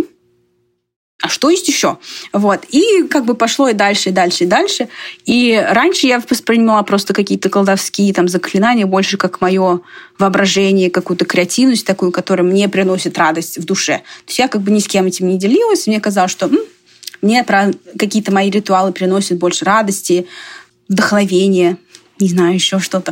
а что есть еще? Вот. И как бы пошло и дальше, и дальше, и дальше. И раньше я воспринимала просто какие-то колдовские там, заклинания больше как мое воображение, какую-то креативность такую, которая мне приносит радость в душе. То есть я как бы ни с кем этим не делилась. Мне казалось, что м, мне какие-то мои ритуалы приносят больше радости, вдохновения, не знаю, еще что-то.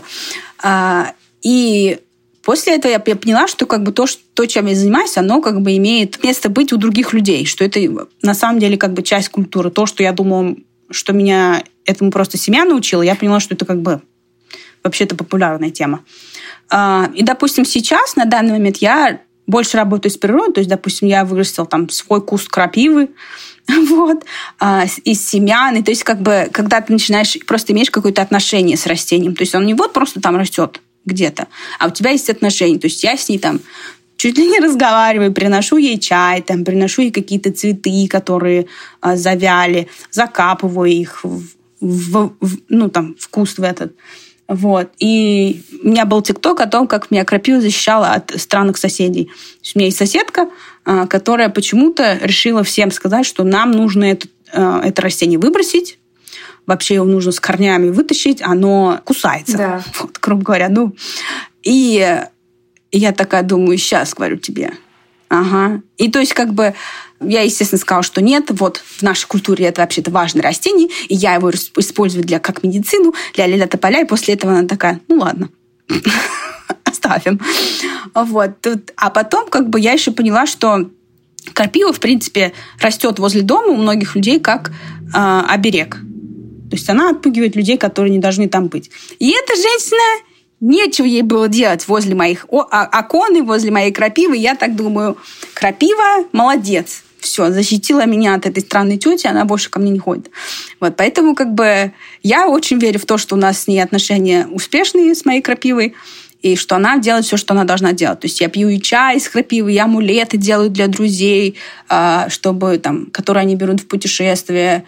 И после этого я поняла, что как бы то, то, чем я занимаюсь, оно как бы имеет место быть у других людей, что это на самом деле как бы часть культуры. То, что я думала, что меня этому просто семья научила, я поняла, что это как бы вообще-то популярная тема. И, допустим, сейчас, на данный момент, я больше работаю с природой, то есть, допустим, я вырастила там свой куст крапивы, вот, из семян. И, то есть, как бы, когда ты начинаешь, просто имеешь какое-то отношение с растением, то есть он не вот просто там растет где-то, а у тебя есть отношения. То есть я с ней там чуть ли не разговариваю, приношу ей чай, там, приношу ей какие-то цветы, которые а, завяли, закапываю их в, в, в, ну, там, в куст в этот. Вот. И у меня был тикток о том, как меня крапива защищала от странных соседей. То есть у меня есть соседка, которая почему-то решила всем сказать, что нам нужно это, это растение выбросить, вообще его нужно с корнями вытащить, оно кусается. Да. Вот, грубо говоря. Ну, и я такая думаю, сейчас, говорю тебе. Ага. И то есть как бы я, естественно, сказала, что нет, вот в нашей культуре это вообще-то важное растение, и я его использую для, как медицину, для ля-ля тополя, и после этого она такая, ну ладно, оставим. Вот. А потом как бы я еще поняла, что крапива, в принципе, растет возле дома у многих людей как э, оберег. То есть она отпугивает людей, которые не должны там быть. И эта женщина, нечего ей было делать возле моих окон и возле моей крапивы. Я так думаю, крапива молодец. Все, защитила меня от этой странной тети, она больше ко мне не ходит. Вот, поэтому как бы я очень верю в то, что у нас с ней отношения успешные с моей крапивой. и что она делает все, что она должна делать. То есть я пью и чай из крапивы, и амулеты делаю для друзей, чтобы, там, которые они берут в путешествие,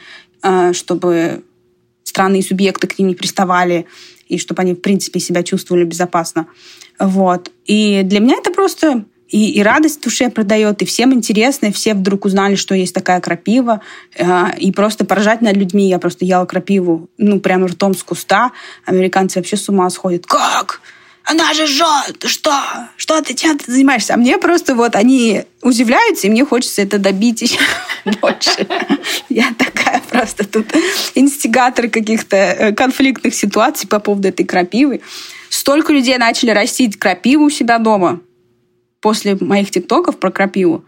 чтобы странные субъекты к ним не приставали, и чтобы они, в принципе, себя чувствовали безопасно. Вот. И для меня это просто и, и радость в душе продает, и всем интересно, и все вдруг узнали, что есть такая крапива, и просто поражать над людьми. Я просто ела крапиву, ну, прямо ртом с куста. Американцы вообще с ума сходят. Как? Она же жжет! Что? Что ты? Чем ты занимаешься? А мне просто вот они удивляются, и мне хочется это добить еще больше. Я такая просто тут инстигатор каких-то конфликтных ситуаций по поводу этой крапивы. Столько людей начали растить крапиву у себя дома после моих тиктоков про крапиву.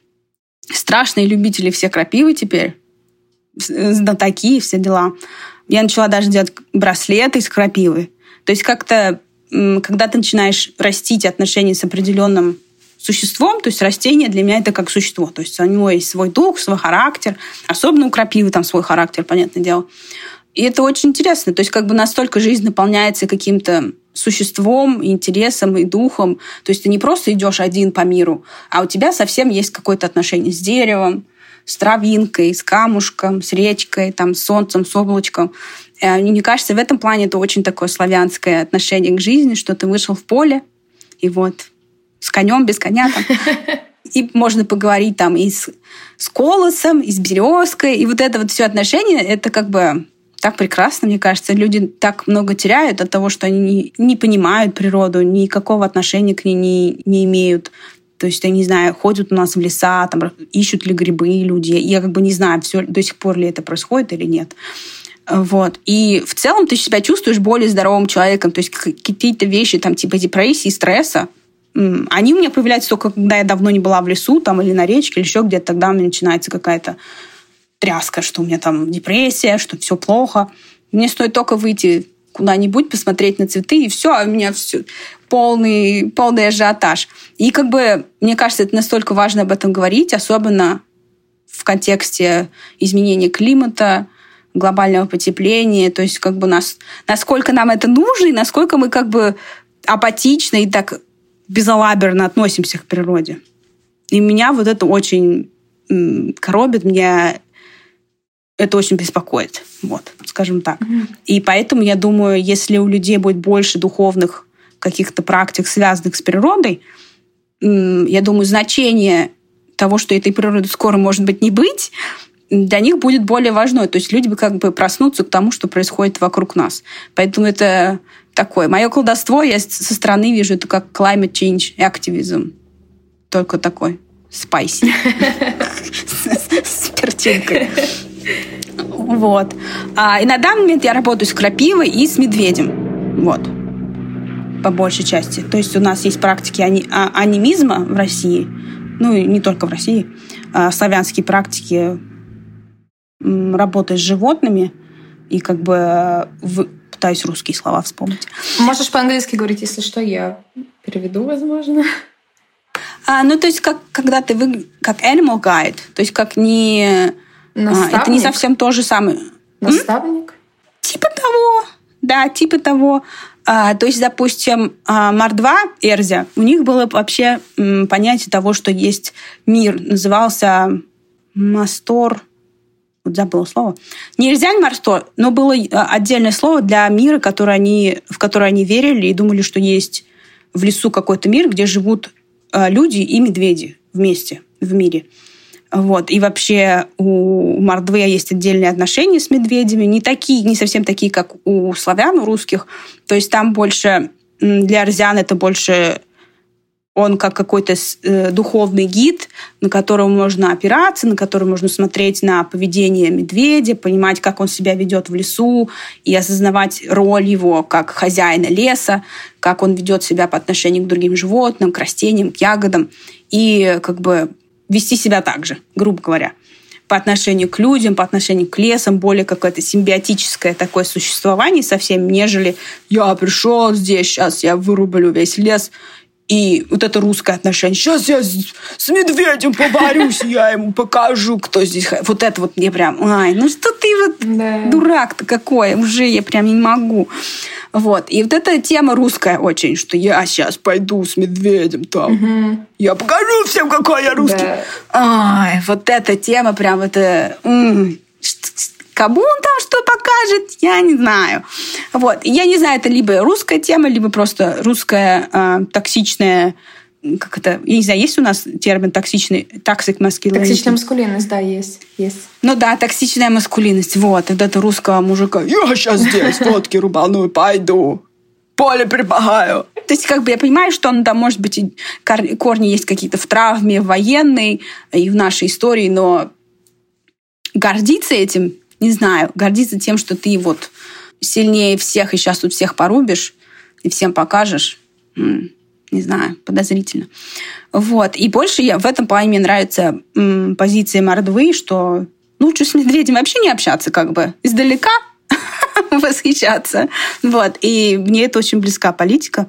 Страшные любители все крапивы теперь. Знатоки, все дела. Я начала даже делать браслеты из крапивы. То есть как-то когда ты начинаешь растить отношения с определенным существом, то есть растение для меня это как существо. То есть у него есть свой дух, свой характер. Особенно у крапивы там свой характер, понятное дело. И это очень интересно. То есть как бы настолько жизнь наполняется каким-то существом, интересом и духом. То есть ты не просто идешь один по миру, а у тебя совсем есть какое-то отношение с деревом, с травинкой, с камушком, с речкой, там, с солнцем, с облачком. Мне кажется, в этом плане это очень такое славянское отношение к жизни, что ты вышел в поле, и вот с конем, без коня там. И можно поговорить там и с, с колосом, и с березкой. И вот это вот все отношение, это как бы так прекрасно, мне кажется. Люди так много теряют от того, что они не, не понимают природу, никакого отношения к ней не, не имеют. То есть, я не знаю, ходят у нас в леса, там, ищут ли грибы люди. Я как бы не знаю, все, до сих пор ли это происходит или нет. Вот. И в целом ты себя чувствуешь более здоровым человеком. То есть какие-то вещи там, типа депрессии, стресса, они у меня появляются только когда я давно не была в лесу там, или на речке, или еще где-то. Тогда у меня начинается какая-то тряска, что у меня там депрессия, что все плохо. Мне стоит только выйти куда-нибудь, посмотреть на цветы, и все, а у меня все полный, полный ажиотаж. И как бы, мне кажется, это настолько важно об этом говорить, особенно в контексте изменения климата, глобального потепления, то есть как бы нас, насколько нам это нужно, и насколько мы как бы апатично и так безалаберно относимся к природе. И меня вот это очень коробит, меня это очень беспокоит, вот, скажем так. Mm-hmm. И поэтому я думаю, если у людей будет больше духовных каких-то практик, связанных с природой, я думаю, значение того, что этой природы скоро может быть не быть, для них будет более важно. То есть люди бы как бы проснутся к тому, что происходит вокруг нас. Поэтому это такое. Мое колдовство я со стороны вижу это как climate change activism. Только такой спайси. С перчинкой. Вот. И на данный момент я работаю с крапивой и с медведем. Вот. По большей части. То есть у нас есть практики анимизма в России. Ну, и не только в России. Славянские практики работы с животными, и как бы в... пытаюсь русские слова вспомнить. Можешь по-английски говорить, если что, я переведу, возможно. А, ну, то есть, как, когда ты вы... как animal guide, то есть, как не... Наставник? А, это не совсем то же самое. Наставник? М? Типа того. Да, типа того. А, то есть, допустим, Мордва, Эрзя, у них было вообще м, понятие того, что есть мир. Назывался Мастор... Вот забыла слово. Не Эрзянь Мастор, но было отдельное слово для мира, который они, в который они верили и думали, что есть в лесу какой-то мир, где живут люди и медведи вместе в мире. Вот. И вообще у Мордвы есть отдельные отношения с медведями, не такие, не совсем такие, как у славян, у русских. То есть там больше для эрзян это больше он как какой-то духовный гид, на которого можно опираться, на который можно смотреть на поведение медведя, понимать, как он себя ведет в лесу, и осознавать роль его как хозяина леса, как он ведет себя по отношению к другим животным, к растениям, к ягодам, и как бы вести себя так же, грубо говоря, по отношению к людям, по отношению к лесам, более какое-то симбиотическое такое существование со всеми, нежели я пришел здесь, сейчас я вырублю весь лес, И вот это русское отношение. Сейчас я с, с медведем поборюсь, я ему покажу, кто здесь... Вот это вот мне прям... Ай, ну что ты вот да. дурак-то какой, уже я прям не могу. Вот. И вот эта тема русская очень, что я сейчас пойду с медведем там. Угу. Я покажу всем, какой я русский. Да. Ай, вот эта тема прям это... М-м, кому он там что покажет, я не знаю. Вот. И я не знаю, это либо русская тема, либо просто русская э, токсичная... Как это? Я не знаю, есть у нас термин токсичный? Toxic masculinity? Токсичная маскулинность, да, есть. есть. Ну да, токсичная маскулинность. Вот. Вот это русского мужика. Я сейчас здесь фотки рубану, пойду. Поле припахаю. То есть, как бы я понимаю, что он там, может быть, корни есть какие-то в травме военной и в нашей истории, но гордиться этим, не знаю, гордиться тем, что ты вот сильнее всех и сейчас тут всех порубишь и всем покажешь, не знаю, подозрительно. Вот. И больше я, в этом плане мне нравится м, позиция мордвы, что лучше с медведем вообще не общаться, как бы издалека восхищаться. Вот. И мне это очень близка политика.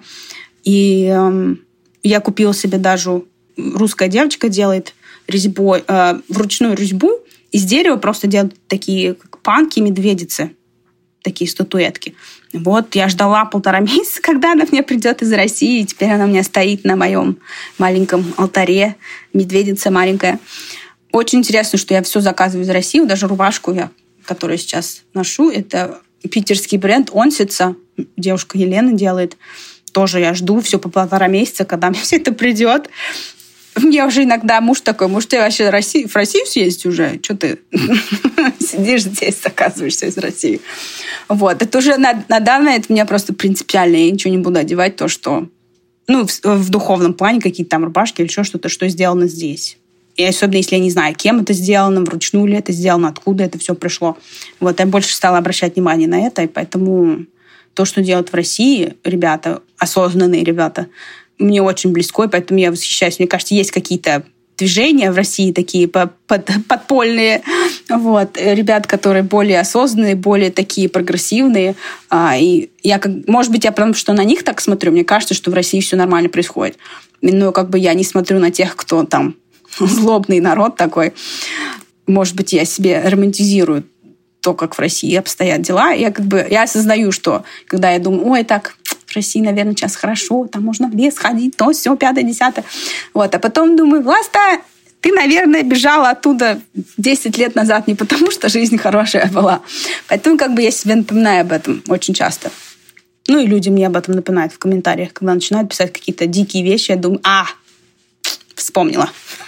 И э, я купила себе даже... Русская девочка делает резьбой, э, вручную резьбу. Из дерева просто делают такие как панки, медведицы. Такие статуэтки. Вот, я ждала полтора месяца, когда она мне придет из России. И теперь она у меня стоит на моем маленьком алтаре. Медведица маленькая. Очень интересно, что я все заказываю из России. Даже рубашку, я, которую сейчас ношу, это питерский бренд «Онсица». Девушка Елена делает. Тоже я жду все по полтора месяца, когда мне все это придет. Мне уже иногда муж такой, может, ты вообще в Россию, в Россию съездить уже? Что ты сидишь здесь, заказываешь все из России? Вот. Это уже на, на данное, это мне просто принципиально. Я ничего не буду одевать, то, что... Ну, в, в духовном плане какие-то там рубашки или еще что-то, что сделано здесь. И особенно, если я не знаю, кем это сделано, вручную ли это сделано, откуда это все пришло. Вот. Я больше стала обращать внимание на это, и поэтому то, что делают в России ребята, осознанные ребята, мне очень близко, и поэтому я восхищаюсь. Мне кажется, есть какие-то движения в России такие под, подпольные. Вот. Ребят, которые более осознанные, более такие прогрессивные. И я, может быть, я потому что на них так смотрю, мне кажется, что в России все нормально происходит. Но как бы я не смотрю на тех, кто там злобный народ такой. Может быть, я себе романтизирую то, как в России обстоят дела. Я как бы я осознаю, что когда я думаю, ой, так... В России, наверное, сейчас хорошо, там можно в лес ходить, то, все, пятое, десятое. Вот. А потом думаю, Власта, ты, наверное, бежала оттуда десять лет назад не потому, что жизнь хорошая была. Поэтому как бы я себе напоминаю об этом очень часто. Ну и люди мне об этом напоминают в комментариях, когда начинают писать какие-то дикие вещи, я думаю, а, вспомнила.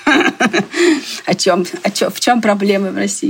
О чем? О чем? В чем проблемы в России?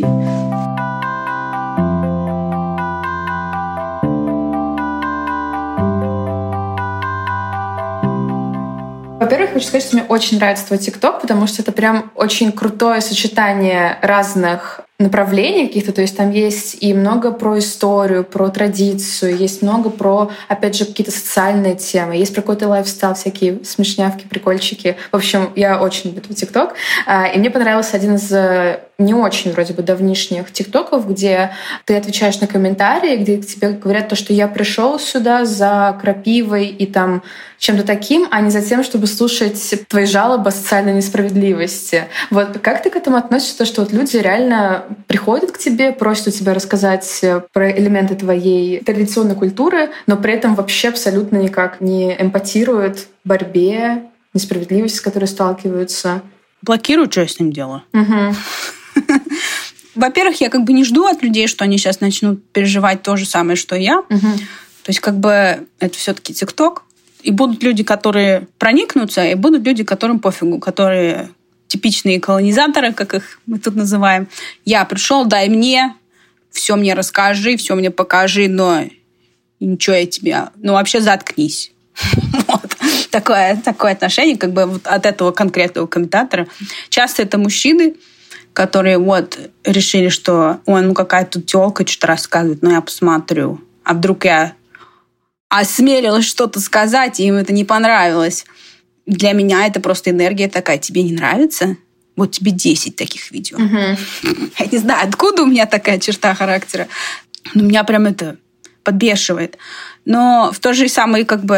Во-первых, хочу сказать, что мне очень нравится твой ТикТок, потому что это прям очень крутое сочетание разных направлений каких-то. То есть там есть и много про историю, про традицию, есть много про, опять же, какие-то социальные темы, есть про какой-то лайфстайл, всякие смешнявки, прикольчики. В общем, я очень люблю твой ТикТок. И мне понравился один из не очень вроде бы давнишних тиктоков, где ты отвечаешь на комментарии, где тебе говорят то, что я пришел сюда за крапивой и там чем-то таким, а не за тем, чтобы слушать твои жалобы о социальной несправедливости. Вот как ты к этому относишься, то, что вот люди реально приходят к тебе, просят у тебя рассказать про элементы твоей традиционной культуры, но при этом вообще абсолютно никак не эмпатируют борьбе, несправедливости, с которой сталкиваются? Блокируют, что я с ним делаю? Угу. Во-первых, я как бы не жду от людей, что они сейчас начнут переживать то же самое, что и я. Угу. То есть как бы это все-таки ТикТок. И будут люди, которые проникнутся, и будут люди, которым пофигу, которые типичные колонизаторы, как их мы тут называем. Я пришел, дай мне, все мне расскажи, все мне покажи, но ничего я тебе... Ну, вообще заткнись. Вот. Такое, такое отношение как бы вот от этого конкретного комментатора. Часто это мужчины, которые вот решили, что ой, ну какая-то тёлка что-то рассказывает, ну я посмотрю. А вдруг я осмелилась что-то сказать, и им это не понравилось. Для меня это просто энергия такая. Тебе не нравится? Вот тебе десять таких видео. Uh-huh. Я не знаю, откуда у меня такая черта характера. Но меня прям это подбешивает. Но в то же самое как бы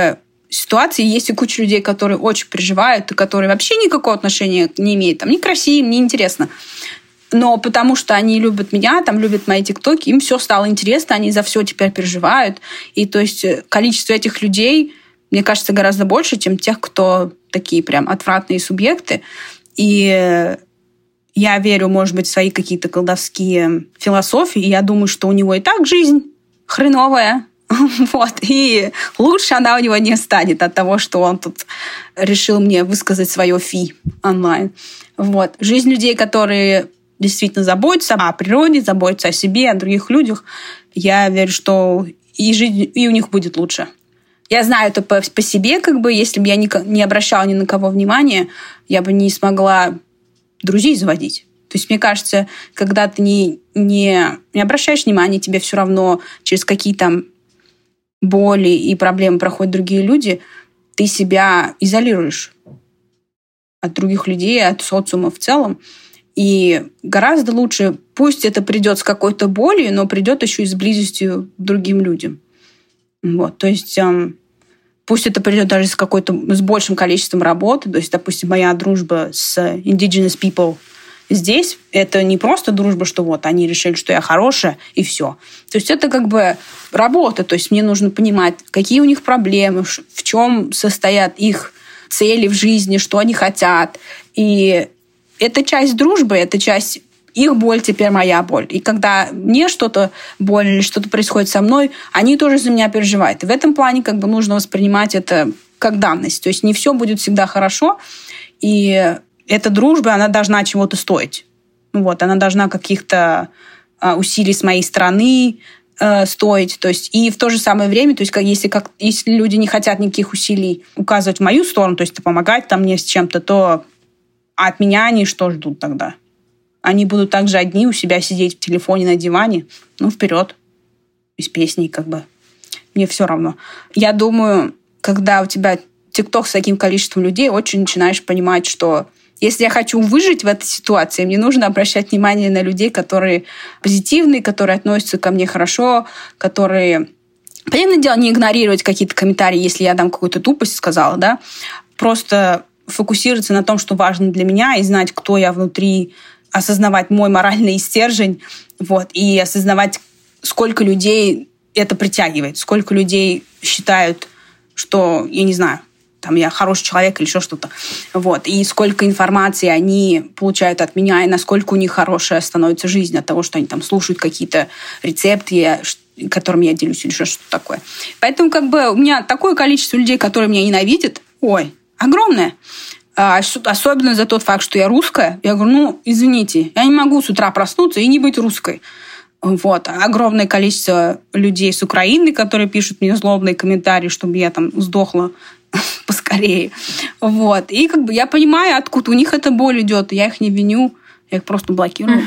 ситуации. Есть и куча людей, которые очень переживают, и которые вообще никакого отношения не имеют. Там, ни к России, им не интересно. Но потому что они любят меня, там, любят мои тиктоки, им все стало интересно, они за все теперь переживают. И то есть количество этих людей, мне кажется, гораздо больше, чем тех, кто такие прям отвратные субъекты. И я верю, может быть, в свои какие-то колдовские философии, и я думаю, что у него и так жизнь хреновая. Вот. И лучше она у него не станет от того, что он тут решил мне высказать свое фи онлайн. Вот. Жизнь людей, которые действительно заботятся о природе, заботятся о себе, о других людях, я верю, что и жизнь и у них будет лучше. Я знаю это по, по себе, как бы, если бы я не, не обращала ни на кого внимания, я бы не смогла друзей заводить. То есть, мне кажется, когда ты не, не, не обращаешь внимания, тебе все равно через какие там боли и проблемы проходят другие люди, ты себя изолируешь от других людей, от социума в целом. И гораздо лучше, пусть это придет с какой-то болью, но придет еще и с близостью к другим людям. Вот, то есть эм, пусть это придет даже с какой-то с большим количеством работы. То есть, допустим, моя дружба с indigenous people здесь, это не просто дружба, что вот они решили, что я хорошая, и все. То есть это как бы работа. То есть мне нужно понимать, какие у них проблемы, в чем состоят их цели в жизни, что они хотят. И это часть дружбы, это часть их боль, теперь моя боль. И когда мне что-то больно или что-то происходит со мной, они тоже за меня переживают. И в этом плане как бы нужно воспринимать это как данность. То есть не все будет всегда хорошо, и эта дружба, она должна чего-то стоить. Вот, она должна каких-то а, усилий с моей стороны а, стоить. То есть, и в то же самое время, то есть, как, если, как, если люди не хотят никаких усилий указывать в мою сторону, то есть помогать там мне с чем-то, то от меня они что ждут тогда? Они будут также одни у себя сидеть в телефоне на диване. Ну, вперед. Без песней, как бы. Мне все равно. Я думаю, когда у тебя ТикТок с таким количеством людей, очень начинаешь понимать, что если я хочу выжить в этой ситуации, мне нужно обращать внимание на людей, которые позитивные, которые относятся ко мне хорошо, которые... Понятное дело, не игнорировать какие-то комментарии, если я там какую-то тупость сказала, да. Просто фокусироваться на том, что важно для меня, и знать, кто я внутри, осознавать мой моральный стержень, вот, и осознавать, сколько людей это притягивает, сколько людей считают, что, я не знаю, там я хороший человек или еще что-то. Вот. И сколько информации они получают от меня, и насколько у них хорошая становится жизнь от того, что они там слушают какие-то рецепты, которыми я делюсь, или что-то такое. Поэтому как бы у меня такое количество людей, которые меня ненавидят, ой, огромное. Особенно за тот факт, что я русская. Я говорю, ну, извините, я не могу с утра проснуться и не быть русской. Вот. Огромное количество людей с Украины, которые пишут мне злобные комментарии, чтобы я там сдохла поскорее. Вот. И как бы я понимаю, откуда у них эта боль идет. Я их не виню, я их просто блокирую.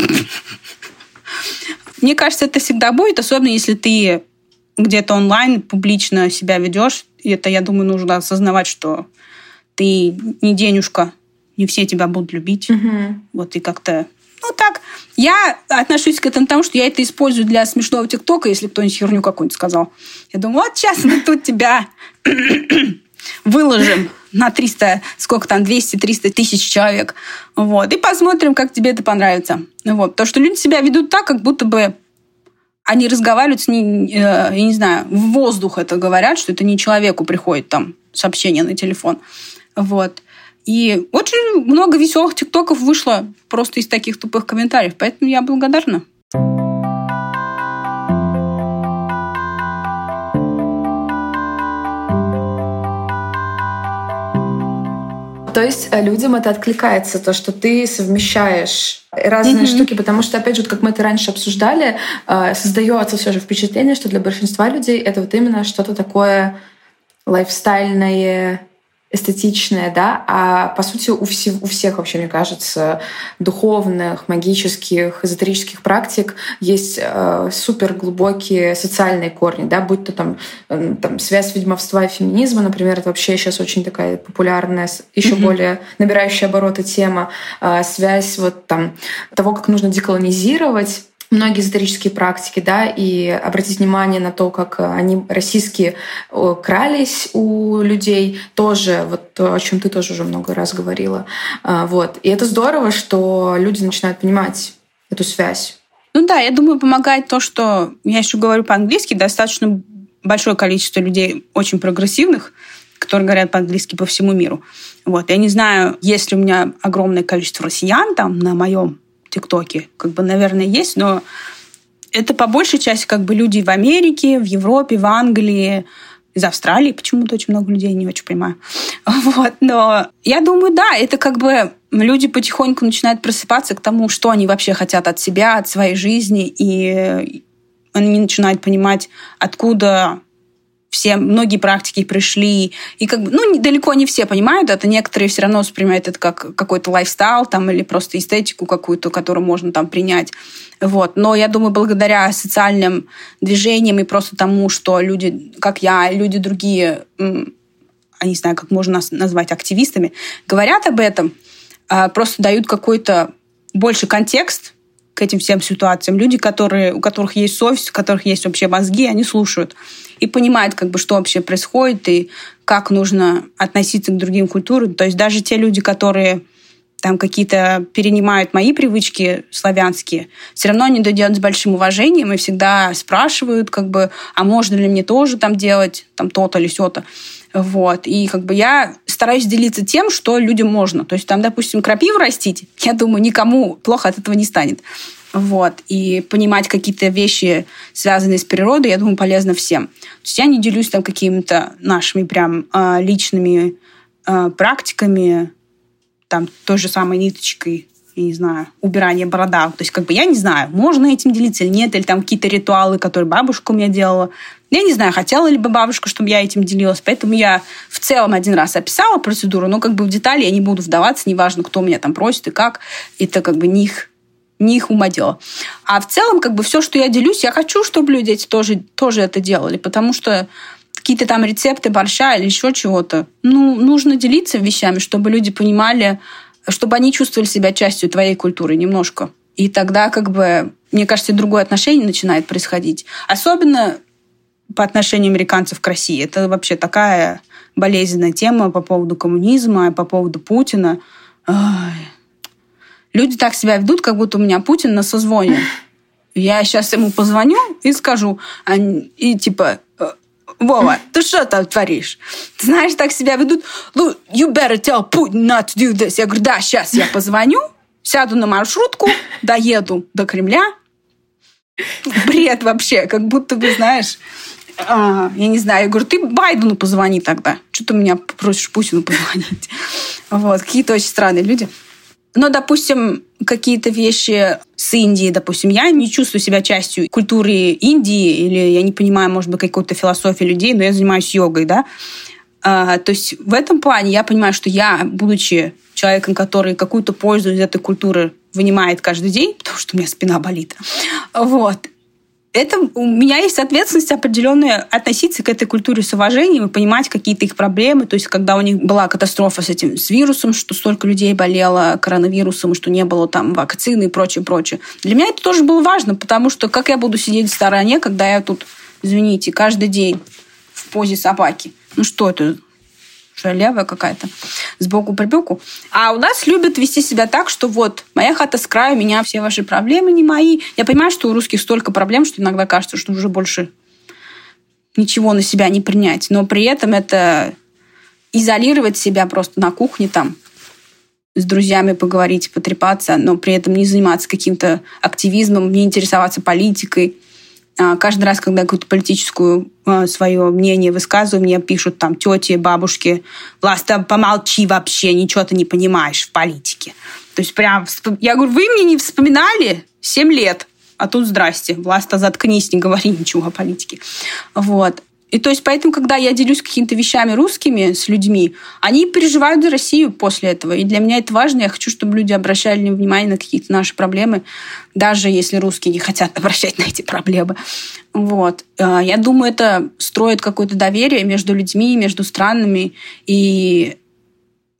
Мне кажется, это всегда будет, особенно если ты где-то онлайн публично себя ведешь. И это, я думаю, нужно осознавать, что ты не денежка, не все тебя будут любить. Uh-huh. Вот и как-то... Ну так, я отношусь к этому тому, что я это использую для смешного ТикТока, если кто-нибудь херню какую-нибудь сказал. Я думаю, вот сейчас мы тут тебя выложим на триста, сколько там, двести-триста тысяч человек. Вот, и посмотрим, как тебе это понравится. Вот, потому что люди себя ведут так, как будто бы они разговаривают с ним, я не знаю, в воздух это говорят, что это не человеку приходит там сообщение на телефон. Вот. И очень много веселых тиктоков вышло просто из таких тупых комментариев. Поэтому я благодарна. То есть людям это откликается, то, что ты совмещаешь разные mm-hmm. штуки, потому что, опять же, как мы это раньше обсуждали, создается все же впечатление, что для большинства людей это вот именно что-то такое лайфстайльное, эстетичное, да, а по сути у, все, у всех вообще, мне кажется, духовных, магических, эзотерических практик есть э, супер глубокие социальные корни, да, будь то там, э, там связь ведьмовства и феминизма, например, это вообще сейчас очень такая популярная, еще mm-hmm. более набирающая обороты тема, э, связь вот там того, как нужно деколонизировать многие эзотерические практики, да, и обратить внимание на то, как они российские крались у людей, тоже вот то, о чем ты тоже уже много раз говорила. Вот. И это здорово, что люди начинают понимать эту связь. Ну да, я думаю, помогает то, что я еще говорю по-английски, достаточно большое количество людей очень прогрессивных, которые говорят по-английски по всему миру. Вот. Я не знаю, есть ли у меня огромное количество россиян там на моем ТикТоке, как бы, наверное, есть, но это по большей части как бы люди в Америке, в Европе, в Англии, из Австралии почему-то очень много людей, не очень понимаю. Вот. Но я думаю, да, это как бы люди потихоньку начинают просыпаться к тому, что они вообще хотят от себя, от своей жизни, и они начинают понимать, откуда все, многие практики пришли. И как бы, ну, далеко не все понимают это. Некоторые все равно воспринимают это как какой-то лайфстайл там, или просто эстетику какую-то, которую можно там принять. Вот. Но я думаю, благодаря социальным движениям и просто тому, что люди, как я, люди другие, я не знаю, как можно нас назвать, активистами, говорят об этом, просто дают какой-то больше контекст к этим всем ситуациям. Люди, которые, у которых есть совесть, у которых есть вообще мозги, они слушают и понимают, как бы, что вообще происходит и как нужно относиться к другим культурам. То есть даже те люди, которые там какие-то перенимают мои привычки славянские, все равно они это делают с большим уважением и всегда спрашивают, как бы, а можно ли мне тоже там делать там то-то или сё-то. Вот. И как бы я стараюсь делиться тем, что людям можно. То есть там, допустим, крапиву растить, я думаю, никому плохо от этого не станет. Вот. И понимать какие-то вещи, связанные с природой, я думаю, полезно всем. То есть я не делюсь там какими-то нашими прям личными практиками, там той же самой ниточкой, я не знаю, убирание борода. То есть как бы я не знаю, можно этим делиться или нет, или там какие-то ритуалы, которые бабушка у меня делала. Я не знаю, хотела ли бы бабушка, чтобы я этим делилась. Поэтому я в целом один раз описала процедуру, но как бы в детали я не буду вдаваться, неважно, кто меня там просит и как. Это как бы не их, не их ума дело. А в целом как бы все, что я делюсь, я хочу, чтобы люди эти тоже, тоже это делали, потому что какие-то там рецепты борща или еще чего-то, ну, нужно делиться вещами, чтобы люди понимали, чтобы они чувствовали себя частью твоей культуры немножко. И тогда, как бы, мне кажется, другое отношение начинает происходить. Особенно по отношению американцев к России. Это вообще такая болезненная тема по поводу коммунизма, по поводу Путина. Ой. Люди так себя ведут, как будто у меня Путин на созвоне. Я сейчас ему позвоню и скажу, и типа... Вова, ты что там творишь? Ты знаешь, так себя ведут. You better tell Putin not to do this. Я говорю, да, сейчас я позвоню, сяду на маршрутку, доеду до Кремля. Бред вообще, как будто бы, знаешь, а, я не знаю. Я говорю, ты Байдену позвони тогда. Что ты меня просишь Путину позвонить? Вот, какие-то очень странные люди. Но, допустим, какие-то вещи с Индией, допустим, я не чувствую себя частью культуры Индии, или я не понимаю, может быть, какой-то философии людей, но я занимаюсь йогой, да. А, то есть в этом плане я понимаю, что я, будучи человеком, который какую-то пользу из этой культуры вынимает каждый день, потому что у меня спина болит, вот, это у меня есть ответственность определенная относиться к этой культуре с уважением и понимать какие-то их проблемы. То есть, когда у них была катастрофа с этим с вирусом, что столько людей болело коронавирусом, что не было там вакцины и прочее, прочее. Для меня это тоже было важно, потому что как я буду сидеть в стороне, когда я тут, извините, каждый день в позе собаки. Ну что это? Шалявая какая-то, сбоку припеку. А у нас любят вести себя так, что вот, моя хата с краю, у меня все ваши проблемы не мои. Я понимаю, что у русских столько проблем, что иногда кажется, что уже больше ничего на себя не принять. Но при этом это изолировать себя просто на кухне там, с друзьями поговорить, потрепаться, но при этом не заниматься каким-то активизмом, не интересоваться политикой. Каждый раз, когда я какую-то политическую свое мнение высказываю, мне пишут там тети, бабушки, Власта, помолчи вообще, ничего ты не понимаешь в политике. То есть прям, я говорю, вы мне не вспоминали семь лет, а тут здрасте, Власта, заткнись, не говори ничего о политике. Вот. И то есть поэтому, когда я делюсь какими-то вещами русскими с людьми, они переживают за Россию после этого. И для меня это важно. Я хочу, чтобы люди обращали внимание на какие-то наши проблемы, даже если русские не хотят обращать на эти проблемы. Вот. Я думаю, это строит какое-то доверие между людьми, между странами. И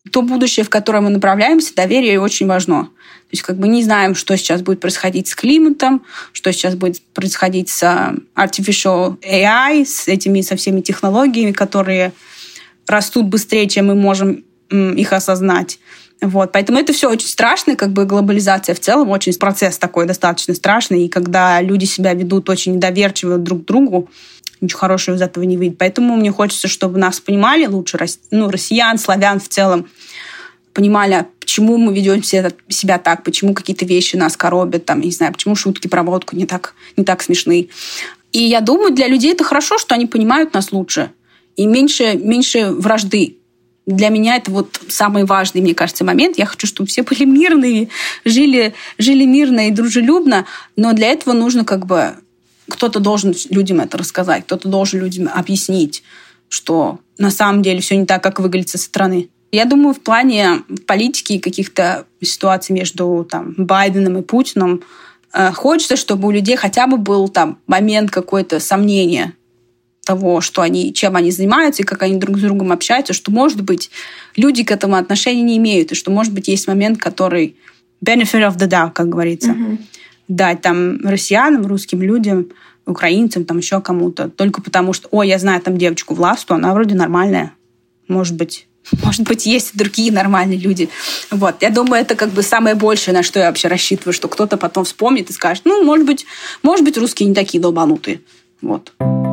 то будущее, в которое мы направляемся, доверие очень важно. То есть как бы не знаем, что сейчас будет происходить с климатом, что сейчас будет происходить с artificial эй ай, с этими, со всеми технологиями, которые растут быстрее, чем мы можем их осознать. Вот. Поэтому это все очень страшно, как бы глобализация в целом, очень процесс такой достаточно страшный, и когда люди себя ведут очень недоверчиво друг к другу, ничего хорошего из этого не выйдет. Поэтому мне хочется, чтобы нас понимали лучше, ну, россиян, славян в целом, понимали, почему мы ведем себя так, почему какие-то вещи нас коробят, там, я не знаю, почему шутки про водку не так, не так смешны. И я думаю, для людей это хорошо, что они понимают нас лучше. И меньше, меньше вражды. Для меня это вот самый важный, мне кажется, момент. Я хочу, чтобы все были мирные, жили, жили мирно и дружелюбно, но для этого нужно как бы... Кто-то должен людям это рассказать, кто-то должен людям объяснить, что на самом деле все не так, как выглядит со стороны. Я думаю, в плане политики и каких-то ситуаций между там, Байденом и Путиным э, хочется, чтобы у людей хотя бы был там момент какое-то сомнения того, что они, чем они занимаются и как они друг с другом общаются, что, может быть, люди к этому отношения не имеют, и что, может быть, есть момент, который benefit of the doubt, как говорится. Mm-hmm. Дать там россиянам, русским людям, украинцам, там еще кому-то, только потому что, ой, я знаю там девочку Власту, она вроде нормальная. Может быть, может быть, есть и другие нормальные люди. Вот. Я думаю, это как бы самое большее, на что я вообще рассчитываю, что кто-то потом вспомнит и скажет, ну, может быть, может быть, русские не такие долбанутые. Вот.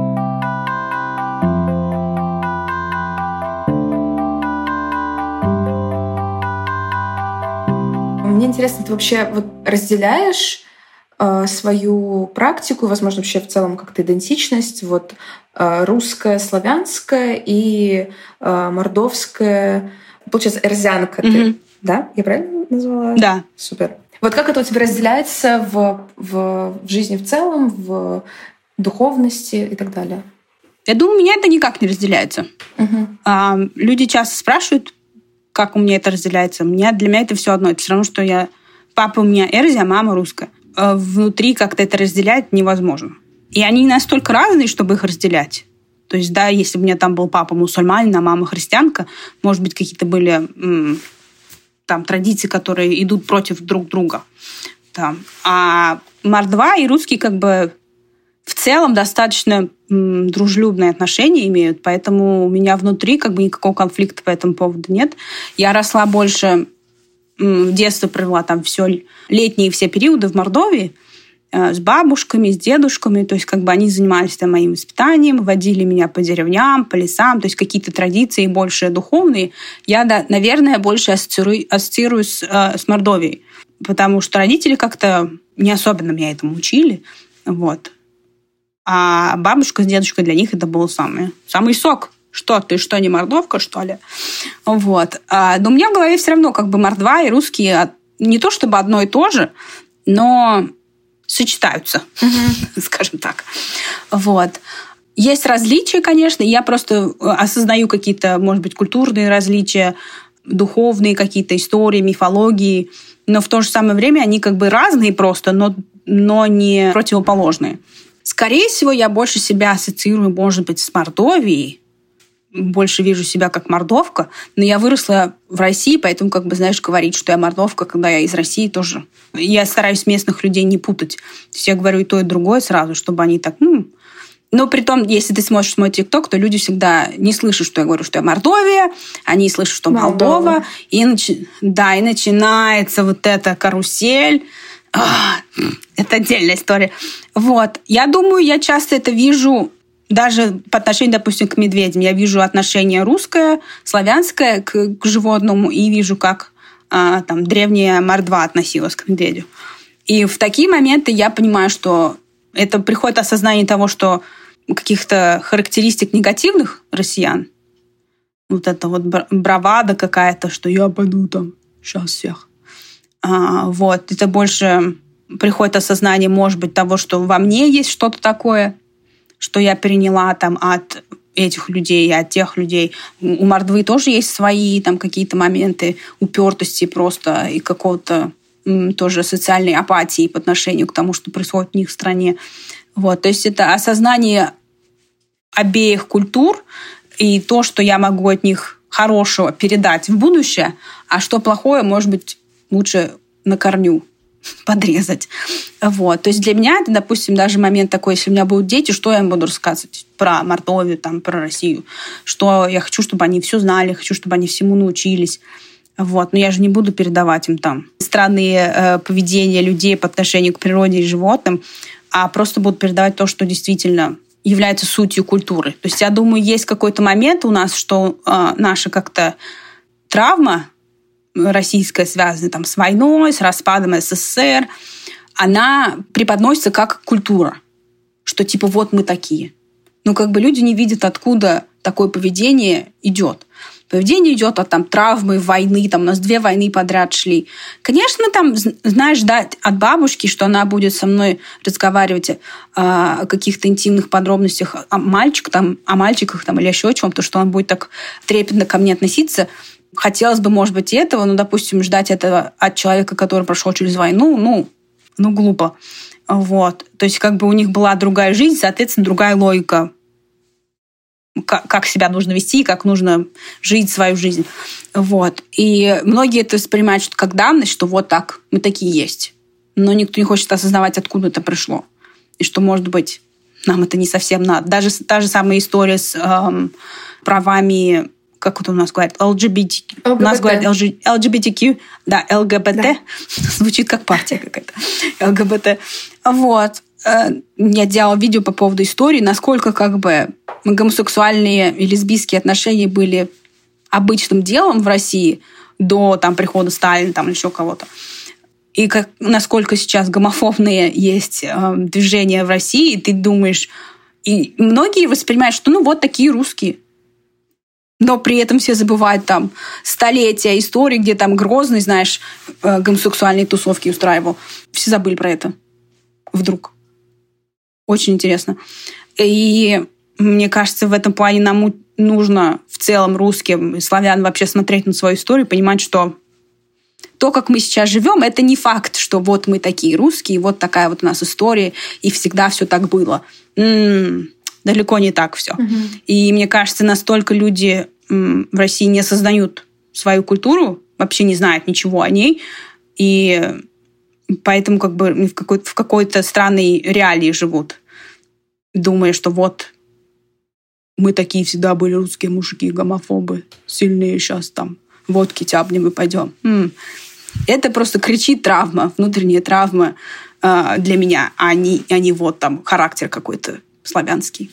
Мне интересно, ты вообще вот разделяешь э, свою практику, возможно, вообще в целом как-то идентичность, вот э, русская, славянская и э, мордовская, получается, эрзянка, mm-hmm. ты, да? Я правильно назвала? Да. Супер. Вот как это у тебя разделяется в, в, в жизни в целом, в духовности и так далее? Я думаю, у меня это никак не разделяется. Mm-hmm. А, люди часто спрашивают, как у меня это разделяется. Меня, для меня это все одно. Это все равно, что я... Папа у меня эрзи, а мама русская. Внутри как-то это разделять невозможно. И они настолько разные, чтобы их разделять. То есть, да, если бы у меня там был папа мусульманин, а мама христианка, может быть, какие-то были м, там традиции, которые идут против друг друга. Там. А мордва и русский как бы в целом достаточно м, дружелюбные отношения имеют, поэтому у меня внутри как бы никакого конфликта по этому поводу нет. Я росла больше, м, в детстве провела там все летние все периоды в Мордовии э, с бабушками, с дедушками, то есть как бы они занимались там моим воспитанием, водили меня по деревням, по лесам, то есть какие-то традиции больше духовные. Я, да, наверное, больше ассоциирую, ассоциирую с, э, с Мордовией, потому что родители как-то не особенно меня этому учили, вот. А бабушка с дедушкой для них это был самый, самый сок. Что, ты что, не мордовка, что ли? Вот. Но у меня в голове все равно как бы мордва и русские не то чтобы одно и то же, но сочетаются, mm-hmm. скажем так. Вот. Есть различия, конечно, я просто осознаю какие-то, может быть, культурные различия, духовные какие-то истории, мифологии, но в то же самое время они как бы разные просто, но, но не противоположные. Скорее всего, я больше себя ассоциирую, может быть, с Мордовией. Больше вижу себя как мордовка. Но я выросла в России, поэтому, как бы, знаешь, говорить, что я мордовка, когда я из России, тоже. Я стараюсь местных людей не путать. То есть я говорю и то, и другое сразу, чтобы они так... Ну... Но при том, если ты смотришь мой ТикТок, то люди всегда не слышат, что я говорю, что я Мордовия, они слышат, что Молдова. Молдова. И, начи... да, и начинается вот эта карусель. Это отдельная история. Вот. Я думаю, я часто это вижу даже по отношению, допустим, к медведям. Я вижу отношение русское, славянское к, к животному и вижу, как а, там древняя мордва относилась к медведю. И в такие моменты я понимаю, что это приходит осознание того, что каких-то характеристик негативных россиян, вот это вот бравада какая-то, что я пойду там сейчас всех. А, вот. Это больше приходит осознание, может быть, того, что во мне есть что-то такое, что я переняла там от этих людей, от тех людей. У мордвы тоже есть свои там какие-то моменты упертости просто и какого-то м, тоже социальной апатии по отношению к тому, что происходит в них в стране. Вот. То есть это осознание обеих культур и то, что я могу от них хорошего передать в будущее, а что плохое, может быть, лучше на корню подрезать. Вот. То есть для меня это, допустим, даже момент такой, если у меня будут дети, что я им буду рассказывать про Мордовию, там, про Россию, что я хочу, чтобы они все знали, хочу, чтобы они всему научились. Вот. Но я же не буду передавать им там странные э, поведения людей по отношению к природе и животным, а просто буду передавать то, что действительно является сутью культуры. То есть я думаю, есть какой-то момент у нас, что э, наша как-то травма российская, связанная там, с войной, с распадом СССР, она преподносится как культура. Что типа вот мы такие. Но как бы люди не видят, откуда такое поведение идет. Поведение идет от там, травмы, войны. Там, у нас две войны подряд шли. Конечно, там, знаешь, да, от бабушки, что она будет со мной разговаривать о каких-то интимных подробностях о мальчиках, там, о мальчиках там, или еще о чем-то, что он будет так трепетно ко мне относиться. Хотелось бы, может быть, этого, но, допустим, ждать этого от человека, который прошел через войну, ну, ну глупо. Вот. То есть как бы у них была другая жизнь, соответственно, другая логика, как себя нужно вести, как нужно жить свою жизнь. Вот. И многие это воспринимают как данность, что вот так, мы такие есть. Но никто не хочет осознавать, откуда это пришло. И что, может быть, нам это не совсем надо. Даже та же самая история с эм, правами, как это у нас говорят, эл джи би ти кью. эл джи би ти. У нас говорят эл джи би ти кью, да, эл гэ бэ тэ. Да. Звучит как партия какая-то. эл гэ бэ тэ. Вот. Я делала видео по поводу истории, насколько как бы гомосексуальные и лесбийские отношения были обычным делом в России до там, прихода Сталина там, или еще кого-то. И как, насколько сейчас гомофобные есть э, движения в России, и ты думаешь... И многие воспринимают, что ну вот такие русские. Но при этом все забывают там столетия истории, где там Грозный, знаешь, э, гомосексуальные тусовки устраивал. Все забыли про это. Вдруг. Очень интересно. И мне кажется, в этом плане нам нужно в целом русским и славянам вообще смотреть на свою историю, понимать, что то, как мы сейчас живем, это не факт, что вот мы такие русские, вот такая вот у нас история, и всегда все так было. М-м, далеко не так все. Угу. И мне кажется, настолько люди м, в России не создают свою культуру, вообще не знают ничего о ней, и поэтому как бы в какой-то, в какой-то странной реалии живут, думая, что вот мы такие всегда были русские мужики, гомофобы, сильные сейчас там, водки тяпнем и пойдем. М-м. Это просто кричит травма, внутренняя травма э, для меня, а не, а не вот там характер какой-то славянский.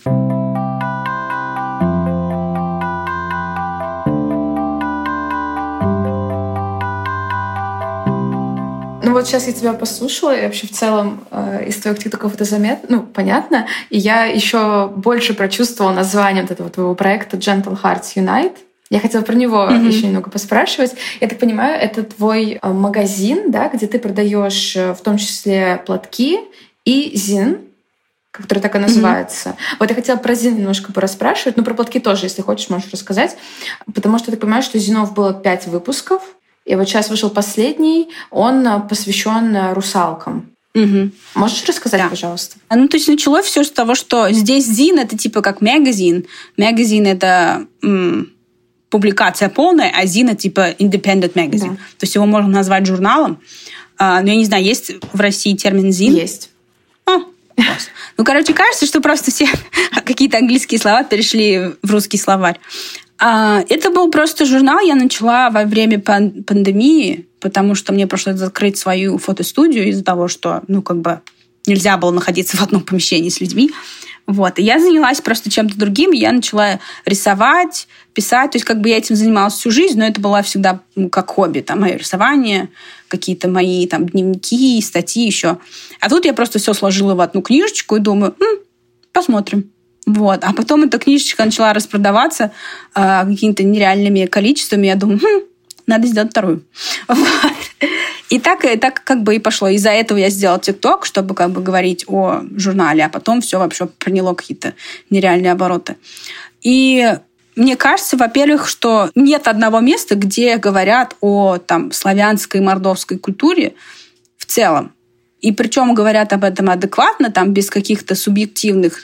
Ну вот сейчас я тебя послушала, и вообще в целом э, из твоих тиктоков это заметно, ну, понятно. И я еще больше прочувствовала название вот этого твоего проекта Gentle Hearts Unite. Я хотела про него mm-hmm. еще немного поспрашивать. Я так понимаю, это твой э, магазин, да, где ты продаешь э, в том числе платки и зин, который так и называется. Mm-hmm. Вот я хотела про зин немножко порасспрашивать, но про платки тоже, если хочешь, можешь рассказать. Потому что я так понимаю, что зинов было пять выпусков. И вот сейчас вышел последний, он посвящен русалкам. Угу. Можешь рассказать, да. пожалуйста? Ну, то есть началось все с того, что здесь зин — это типа как магазин. Магазин — это м, публикация полная, а зин — это типа independent magazine. Да. То есть его можно назвать журналом. А, но я не знаю, есть в России термин зин? Есть. А, ну, короче, кажется, что просто все какие-то английские слова перешли в русский словарь. Это был просто журнал, я начала во время пандемии, потому что мне пришлось закрыть свою фотостудию из-за того, что, ну, как бы нельзя было находиться в одном помещении с людьми. Вот. И я занялась просто чем-то другим, я начала рисовать, писать. То есть как бы я этим занималась всю жизнь, но это было всегда ну, как хобби. Там мое рисование, какие-то мои там дневники, статьи еще. А тут я просто все сложила в одну книжечку и думаю, м, посмотрим. Вот. А потом эта книжечка начала распродаваться э, какими-то нереальными количествами. Я думаю, хм, надо сделать вторую. Вот. И так, и так как бы и пошло. Из-за этого я сделала ТикТок, чтобы как бы говорить о журнале, а потом все вообще приняло какие-то нереальные обороты. И мне кажется, во-первых, что нет одного места, где говорят о там, славянской, мордовской культуре в целом. И причем говорят об этом адекватно, там, без каких-то субъективных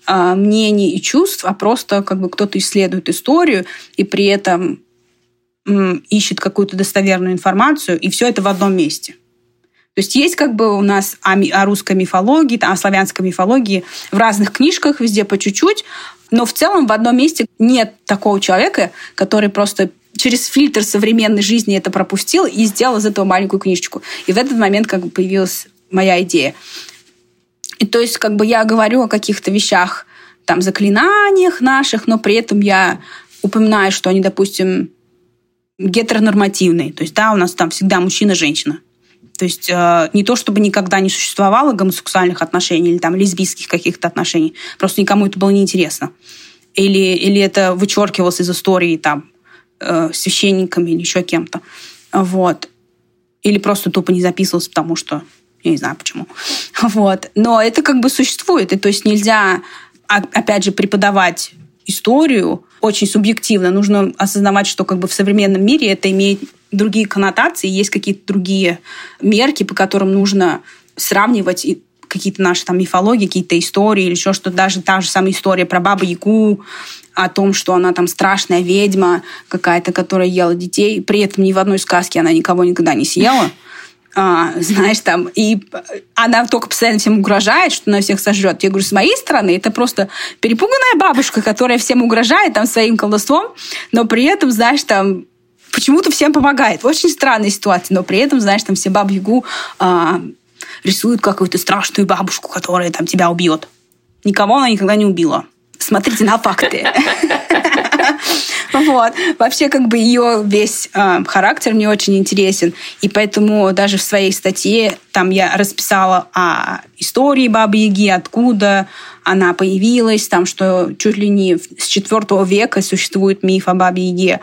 а, мнений и чувств, а просто как бы кто-то исследует историю и при этом м, ищет какую-то достоверную информацию, и все это в одном месте. То есть есть как бы у нас о, о русской мифологии, о славянской мифологии в разных книжках, везде по чуть-чуть, но в целом в одном месте нет такого человека, который просто через фильтр современной жизни это пропустил и сделал из этого маленькую книжечку. И в этот момент как бы появилась моя идея. И то есть как бы я говорю о каких-то вещах, там, заклинаниях наших, но при этом я упоминаю, что они, допустим, гетеронормативные. То есть, да, у нас там всегда мужчина-женщина. То есть э, не то, чтобы никогда не существовало гомосексуальных отношений или там лесбийских каких-то отношений, просто никому это было неинтересно. Или, или это вычеркивалось из истории там, э, священниками или еще кем-то. Вот. Или просто тупо не записывалось, потому что я не знаю почему. Вот. Но это как бы существует. И то есть нельзя, опять же, преподавать историю очень субъективно. Нужно осознавать, что как бы в современном мире это имеет другие коннотации, есть какие-то другие мерки, по которым нужно сравнивать какие-то наши там мифологии, какие-то истории или еще что-то. Даже та же самая история про Бабу-Ягу, о том, что она там страшная ведьма какая-то, которая ела детей. При этом ни в одной сказке она никого никогда не съела. А, знаешь, там, и она только постоянно всем угрожает, что она всех сожрет. Я говорю, с моей стороны, это просто перепуганная бабушка, которая всем угрожает там своим колдовством, но при этом, знаешь, там, почему-то всем помогает. Очень странная ситуация, но при этом, знаешь, там все Бабу-Ягу а, рисуют какую-то страшную бабушку, которая там тебя убьет. Никого она никогда не убила. Смотрите на факты. Вот. Вообще, как бы ее весь э, характер мне очень интересен. И поэтому даже в своей статье там я расписала о истории Бабы-Яги, откуда она появилась, там, что чуть ли не с четвёртого века существует миф о Бабе-Яге,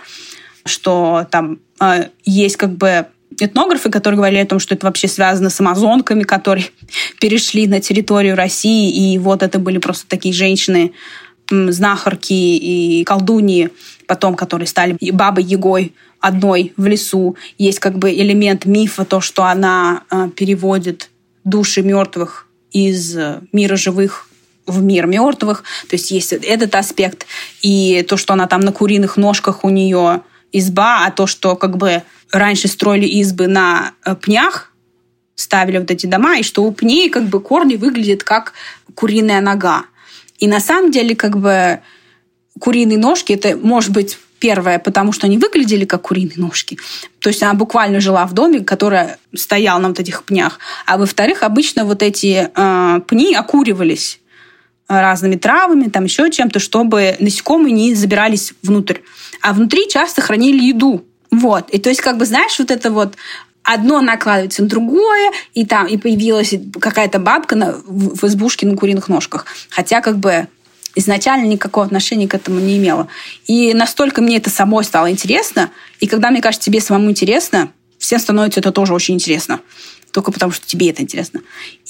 что там э, есть как бы этнографы, которые говорили о том, что это вообще связано с амазонками, которые перешли на территорию России, и вот это были просто такие женщины, знахарки и колдуньи, потом, которые стали Бабой-Ягой одной в лесу. Есть как бы элемент мифа, то, что она э, переводит души мертвых из мира живых в мир мертвых. То есть есть этот аспект. И то, что она там на куриных ножках у нее изба, а то, что как бы раньше строили избы на пнях, ставили вот эти дома, и что у пней как бы корни выглядят как куриная нога. И на самом деле как бы куриные ножки, это может быть первое, потому что они выглядели как куриные ножки. То есть она буквально жила в доме, который стоял на вот этих пнях. А во-вторых, обычно вот эти э, пни окуривались разными травами, там еще чем-то, чтобы насекомые не забирались внутрь. А внутри часто хранили еду. Вот. И то есть, как бы, знаешь, вот это вот одно накладывается на другое, и там и появилась какая-то бабка на, в, в избушке на куриных ножках. Хотя, как бы, изначально никакого отношения к этому не имела. И настолько мне это самой стало интересно, и когда, мне кажется, тебе самому интересно, всем становится это тоже очень интересно. Только потому, что тебе это интересно.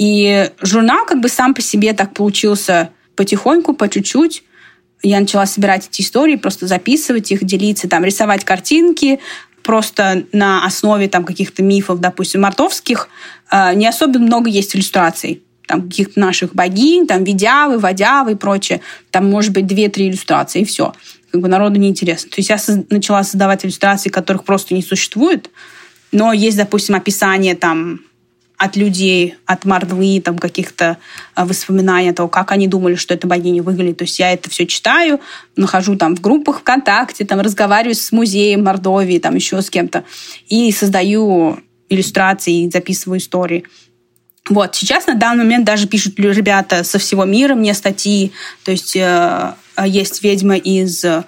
И журнал как бы сам по себе так получился потихоньку, по чуть-чуть. Я начала собирать эти истории, просто записывать их, делиться, там, рисовать картинки, просто на основе там, каких-то мифов, допустим, мордовских. Не особенно много есть иллюстраций. Там каких-то наших богинь, там Видявы, Водявы и прочее. Там, может быть, две-три иллюстрации, и все. Как бы народу неинтересно. То есть я соз- начала создавать иллюстрации, которых просто не существует, но есть, допустим, описание там от людей, от мордвы, там каких-то воспоминаний о том, как они думали, что эта богиня выглядит. То есть я это все читаю, нахожу там в группах ВКонтакте, там разговариваю с музеем Мордовии, там еще с кем-то, и создаю иллюстрации, записываю истории. Вот. Сейчас на данный момент даже пишут ребята со всего мира мне статьи. То есть э, есть ведьма из э,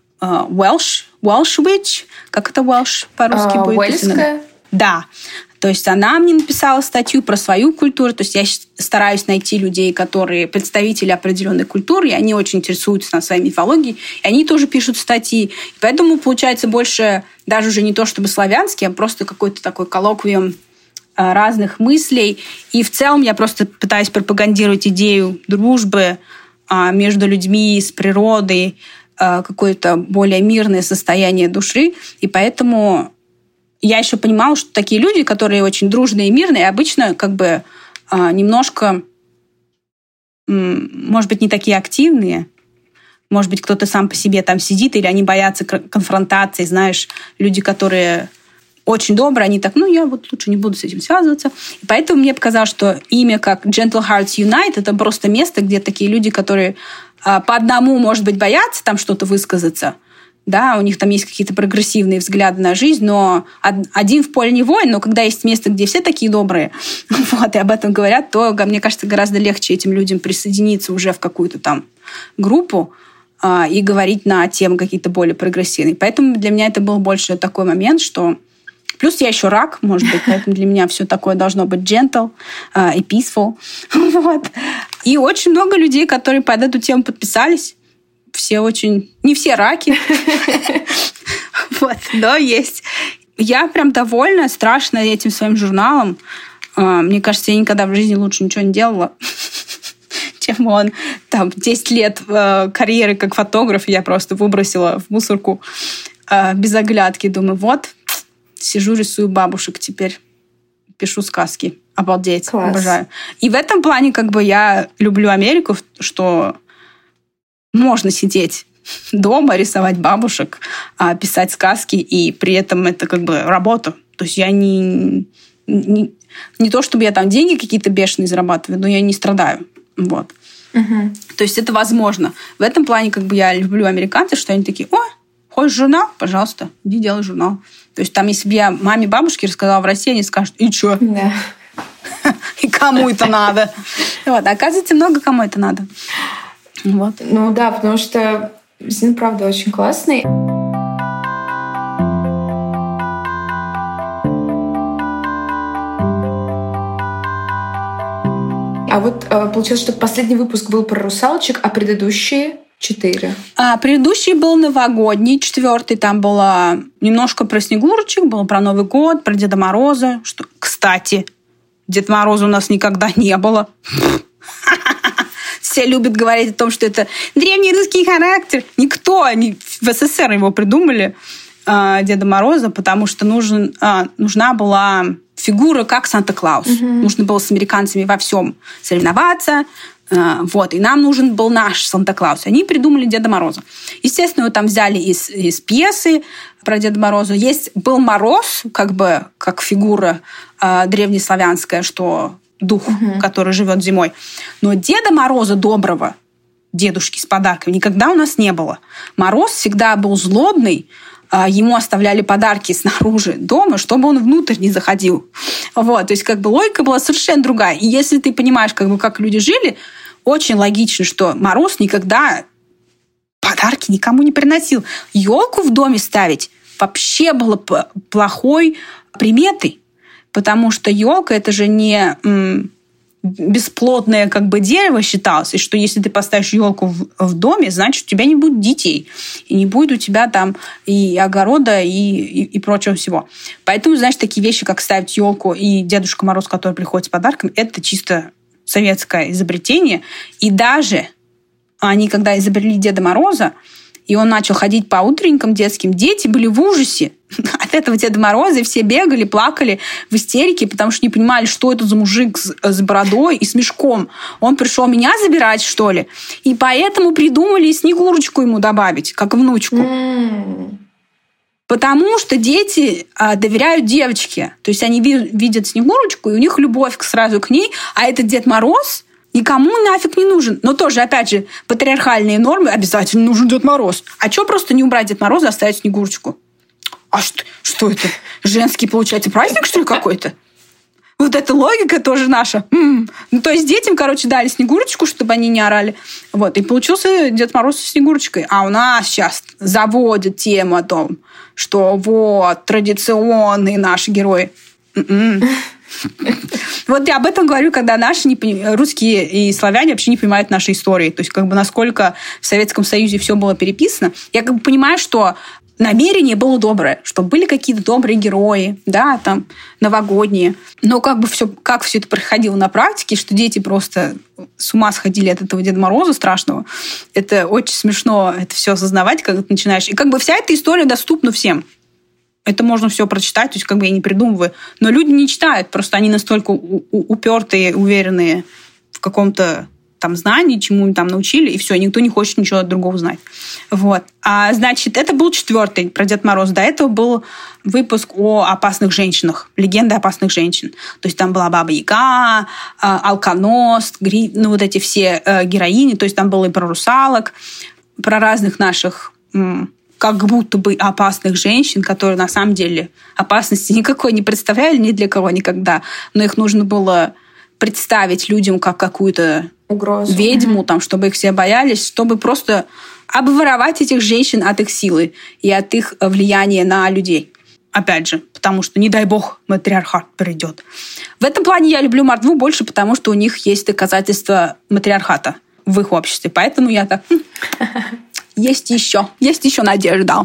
Welsh, Welsh Witch. Как это Welsh по-русски а, будет? Уэльская? Да. То есть она мне написала статью про свою культуру. То есть я стараюсь найти людей, которые представители определенной культуры, и они очень интересуются на своей мифологией, и они тоже пишут статьи. И поэтому получается больше даже уже не то чтобы славянский, а просто какой-то такой коллоквиум разных мыслей. И в целом я просто пытаюсь пропагандировать идею дружбы между людьми, с природой, какое-то более мирное состояние души. И поэтому я еще понимала, что такие люди, которые очень дружные и мирные, обычно как бы немножко может быть, не такие активные. Может быть, кто-то сам по себе там сидит, или они боятся конфронтации, знаешь, люди, которые очень добрые, они так, ну, я вот лучше не буду с этим связываться. И поэтому мне показалось, что имя как Gentle Hearts Unite — это просто место, где такие люди, которые а, по одному, может быть, боятся там что-то высказаться, да, у них там есть какие-то прогрессивные взгляды на жизнь, но один в поле не воин, но когда есть место, где все такие добрые, вот, и об этом говорят, то, мне кажется, гораздо легче этим людям присоединиться уже в какую-то там группу а, и говорить на темы какие-то более прогрессивные. Поэтому для меня это был больше такой момент, что плюс я еще рак, может быть, поэтому для меня все такое должно быть gentle uh, и peaceful. Вот. И очень много людей, которые под эту тему подписались. Все очень... Не все раки. Вот, но есть. Я прям довольна, страшно этим своим журналом. Мне кажется, я никогда в жизни лучше ничего не делала, чем он. Там десять лет карьеры как фотограф я просто выбросила в мусорку без оглядки. Думаю, вот... Сижу, рисую бабушек теперь. Пишу сказки. Обалдеть. Класс. Обожаю. И в этом плане как бы я люблю Америку, что можно сидеть дома, рисовать бабушек, писать сказки, и при этом это как бы работа. То есть я не... Не, не то, чтобы я там деньги какие-то бешеные зарабатываю, но я не страдаю. Вот. Угу. То есть это возможно. В этом плане как бы я люблю американцев, что они такие, о, хочешь журнал? Пожалуйста, иди делай журнал. То есть там, если бы я маме, бабушке рассказала в России, они скажут, и чё? Да. И кому это надо? Вот, оказывается, много кому это надо. Вот. Ну да, потому что Зин, правда, очень классный. А вот получилось, что последний выпуск был про русалочек, а предыдущие... Четыре. А, предыдущий был новогодний, четвертый. Там было немножко про Снегурочек, было про Новый год, про Деда Мороза. Что, кстати, Деда Мороза у нас никогда не было. Все любят говорить о том, что это древний русский характер. Никто, они в СССР его придумали, Деда Мороза, потому что нужен, нужна была фигура как Санта-Клаус. Угу. Нужно было с американцами во всем соревноваться. Вот, и нам нужен был наш Санта-Клаус. Они придумали Деда Мороза. Естественно, его там взяли из, из пьесы про Деда Мороза. Есть, был Мороз, как бы, как фигура э, древнеславянская, что дух, угу. который живет зимой. Но Деда Мороза доброго, дедушки с подарками, никогда у нас не было. Мороз всегда был злобный, э, ему оставляли подарки снаружи дома, чтобы он внутрь не заходил. Вот, то есть как бы логика была совершенно другая. И если ты понимаешь, как бы, как люди жили, очень логично, что Мороз никогда подарки никому не приносил. Елку в доме ставить вообще было плохой приметой, потому что елка это же не м, бесплодное как бы дерево считалось, и что если ты поставишь елку в, в доме, значит, у тебя не будет детей, и не будет у тебя там и огорода, и, и, и прочего всего. Поэтому, знаешь, такие вещи, как ставить елку и Дедушка Мороз, который приходит с подарками, это чисто советское изобретение. И даже они, когда изобрели Деда Мороза, и он начал ходить по утренникам детским, дети были в ужасе от этого Деда Мороза, и все бегали, плакали в истерике, потому что не понимали, что это за мужик с, с бородой и с мешком. Он пришел меня забирать, что ли? И поэтому придумали Снегурочку ему добавить, как внучку. Mm. Потому что дети а, доверяют девочке. То есть они видят Снегурочку, и у них любовь сразу к ней, а этот Дед Мороз никому нафиг не нужен. Но тоже, опять же, патриархальные нормы, обязательно нужен Дед Мороз. А что просто не убрать Дед Мороза, оставить Снегурочку? А что, что это? Женский, получается, праздник, что ли, какой-то? Вот эта логика тоже наша. М-м. Ну, то есть детям, короче, дали Снегурочку, чтобы они не орали. Вот. И получился Дед Мороз со Снегурочкой. А у нас сейчас заводят тему о том, что вот, традиционные наши герои. М-м. Вот я об этом говорю, когда наши не понимают, русские и славяне вообще не понимают нашей истории. То есть, как бы, насколько в Советском Союзе все было переписано. Я как бы понимаю, что намерение было доброе, что были какие-то добрые герои, да, там, новогодние. Но как бы все, как все это происходило на практике, что дети просто с ума сходили от этого Деда Мороза страшного. Это очень смешно, это все осознавать, когда ты начинаешь. И как бы вся эта история доступна всем. Это можно все прочитать, то есть как бы я не придумываю. Но люди не читают, просто они настолько упертые, уверенные в каком-то там знаний, чему там научили, и все, никто не хочет ничего другого знать. Вот. А, значит, это был четвертый про Дед Мороз. До этого был выпуск о опасных женщинах, легенда опасных женщин. То есть там была Баба Яга, Алконост, Гри... ну вот эти все героини. То есть там было и про русалок, про разных наших как будто бы опасных женщин, которые на самом деле опасности никакой не представляли ни для кого никогда, но их нужно было представить людям как какую-то угрозу, ведьму, там, чтобы их все боялись, чтобы просто обворовать этих женщин от их силы и от их влияния на людей. Опять же, потому что, не дай бог, матриархат придет. В этом плане я люблю мордву больше, потому что у них есть доказательства матриархата в их обществе. Поэтому я так... Есть еще, есть еще надежда.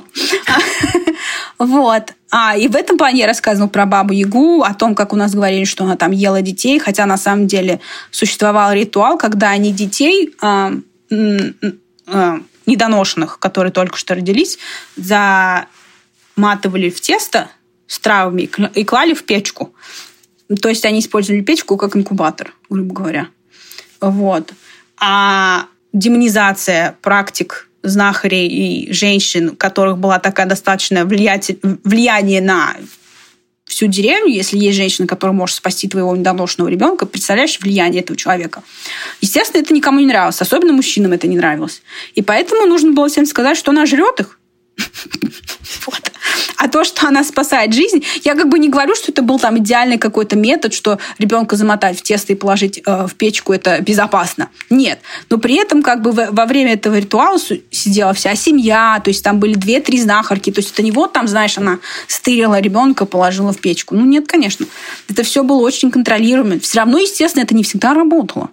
Вот. А, и в этом плане я рассказывала про Бабу Ягу, о том, как у нас говорили, что она там ела детей, хотя на самом деле существовал ритуал, когда они детей э, э, недоношенных, которые только что родились, заматывали в тесто с травами и клали в печку. То есть они использовали печку как инкубатор, грубо говоря. Вот. А демонизация практик знахарей и женщин, у которых была такая достаточное влияние на всю деревню, если есть женщина, которая может спасти твоего недоношенного ребенка, представляешь влияние этого человека. Естественно, это никому не нравилось, особенно мужчинам это не нравилось. И поэтому нужно было всем сказать, что она жрет их. Вот. А то, что она спасает жизнь, я как бы не говорю, что это был там идеальный какой-то метод, что ребенка замотать в тесто и положить э, в печку, это безопасно. Нет. Но при этом как бы во время этого ритуала сидела вся семья, то есть там были две-три знахарки, то есть это не вот там, знаешь, она стырила ребенка, положила в печку. Ну нет, конечно. Это все было очень контролируемо. Все равно, естественно, это не всегда работало.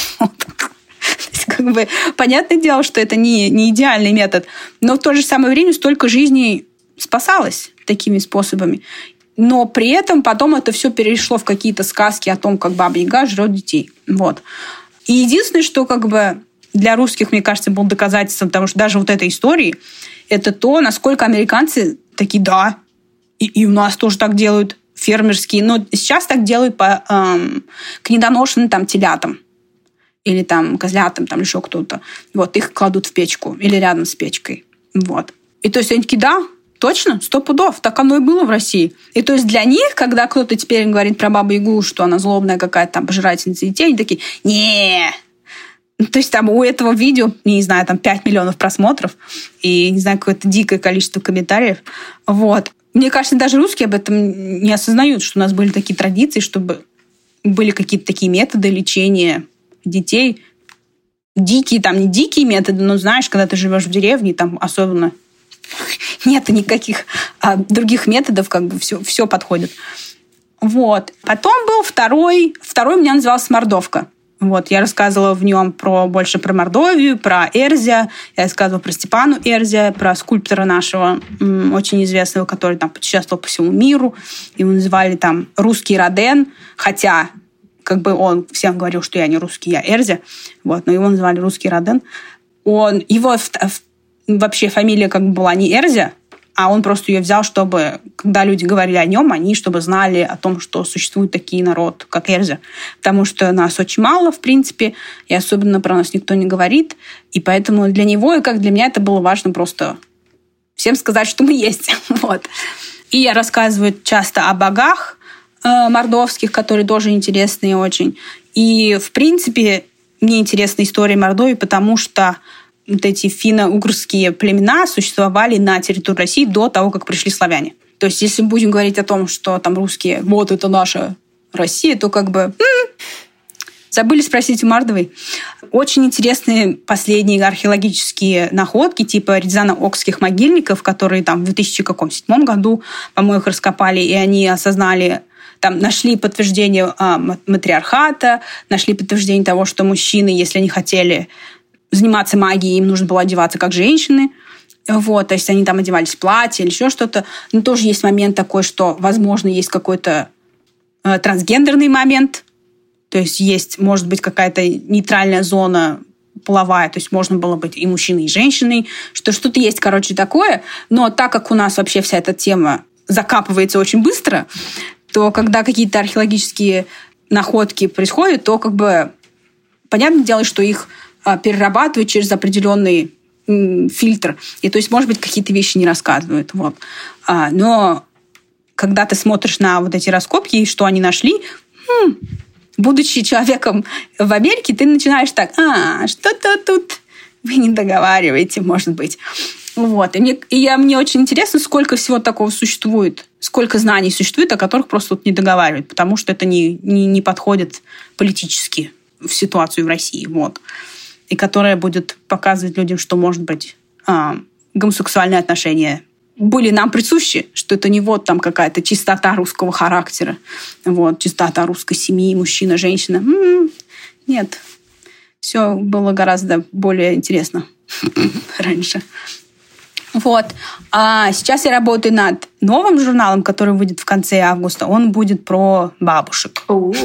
Как бы понятное дело, что это не, не идеальный метод, но в то же самое время столько жизней спасалось такими способами. Но при этом потом это все перешло в какие-то сказки о том, как Баба Яга жрет детей. Вот. И единственное, что как бы для русских, мне кажется, было доказательством, потому что даже вот этой истории, это то, насколько американцы такие, да, и, и у нас тоже так делают фермерские, но сейчас так делают по, эм, к недоношенным там телятам. Или там козлятам, там еще кто-то. Вот, их кладут в печку или рядом с печкой. Вот. И то есть они такие, да, точно, сто пудов, так оно и было в России. И то есть для них, когда кто-то теперь говорит про Бабу Ягу, что она злобная какая-то там пожирательница детей, они такие, не. То есть там у этого видео, не знаю, там пять миллионов просмотров и, не знаю, какое-то дикое количество комментариев. Вот. Мне кажется, даже русские об этом не осознают, что у нас были такие традиции, чтобы были какие-то такие методы лечения детей. Дикие, там не дикие методы, но знаешь, когда ты живешь в деревне, там особенно нет никаких а, других методов, как бы все, все подходит. Вот. Потом был второй, второй у меня назывался «Мордовка». Вот, я рассказывала в нем про, больше про Мордовию, про Эрзя, я рассказывала про Степану Эрзя, про скульптора нашего, очень известного, который там путешествовал по всему миру. Его называли там «Русский Роден», хотя как бы он всем говорил, что я не русский, я Эрзя, вот, но его называли «Русский Роден». Он, его вообще фамилия как бы была не Эрзя, а он просто ее взял, чтобы, когда люди говорили о нем, они чтобы знали о том, что существует такие народ, как Эрзя. Потому что нас очень мало, в принципе, и особенно про нас никто не говорит. И поэтому для него, и как для меня, это было важно просто всем сказать, что мы есть. Вот. И я рассказываю часто о богах э, мордовских, которые тоже интересные очень. И, в принципе, мне интересна история Мордовии, потому что вот эти финно-угорские племена существовали на территории России до того, как пришли славяне. То есть, если будем говорить о том, что там русские, вот это наша Россия, то как бы м-м, забыли спросить у Мордовой. Очень интересные последние археологические находки, типа Рязано-Окских могильников, которые там в две тысячи седьмом году, по-моему, их раскопали, и они осознали, там нашли подтверждение а, матриархата, нашли подтверждение того, что мужчины, если они хотели заниматься магией, им нужно было одеваться как женщины. Вот, то есть они там одевались в платье или еще что-то. Но тоже есть момент такой, что, возможно, есть какой-то э, трансгендерный момент. То есть есть, может быть, какая-то нейтральная зона половая. То есть можно было быть и мужчиной, и женщиной. Что что-то есть, короче, такое. Но так как у нас вообще вся эта тема закапывается очень быстро, то когда какие-то археологические находки происходят, то как бы понятное дело, что их а, перерабатывают через определенный м, фильтр. И то есть, может быть, какие-то вещи не рассказывают. Вот. А, но когда ты смотришь на вот эти раскопки и что они нашли, хм, будучи человеком в Америке, ты начинаешь так, а, что-то тут вы не договариваете, может быть. Вот. И, мне, и я, мне очень интересно, сколько всего такого существует, сколько знаний существует, о которых просто тут не договаривают, потому что это не, не, не подходит политически в ситуацию в России. Вот. И которая будет показывать людям, что, может быть, а, гомосексуальные отношения были нам присущи, что это не вот там какая-то чистота русского характера, вот, чистота русской семьи, мужчина, женщина. М-м, нет. Все было гораздо более интересно раньше. Вот. А сейчас я работаю над новым журналом, который выйдет в конце августа. Он будет про бабушек.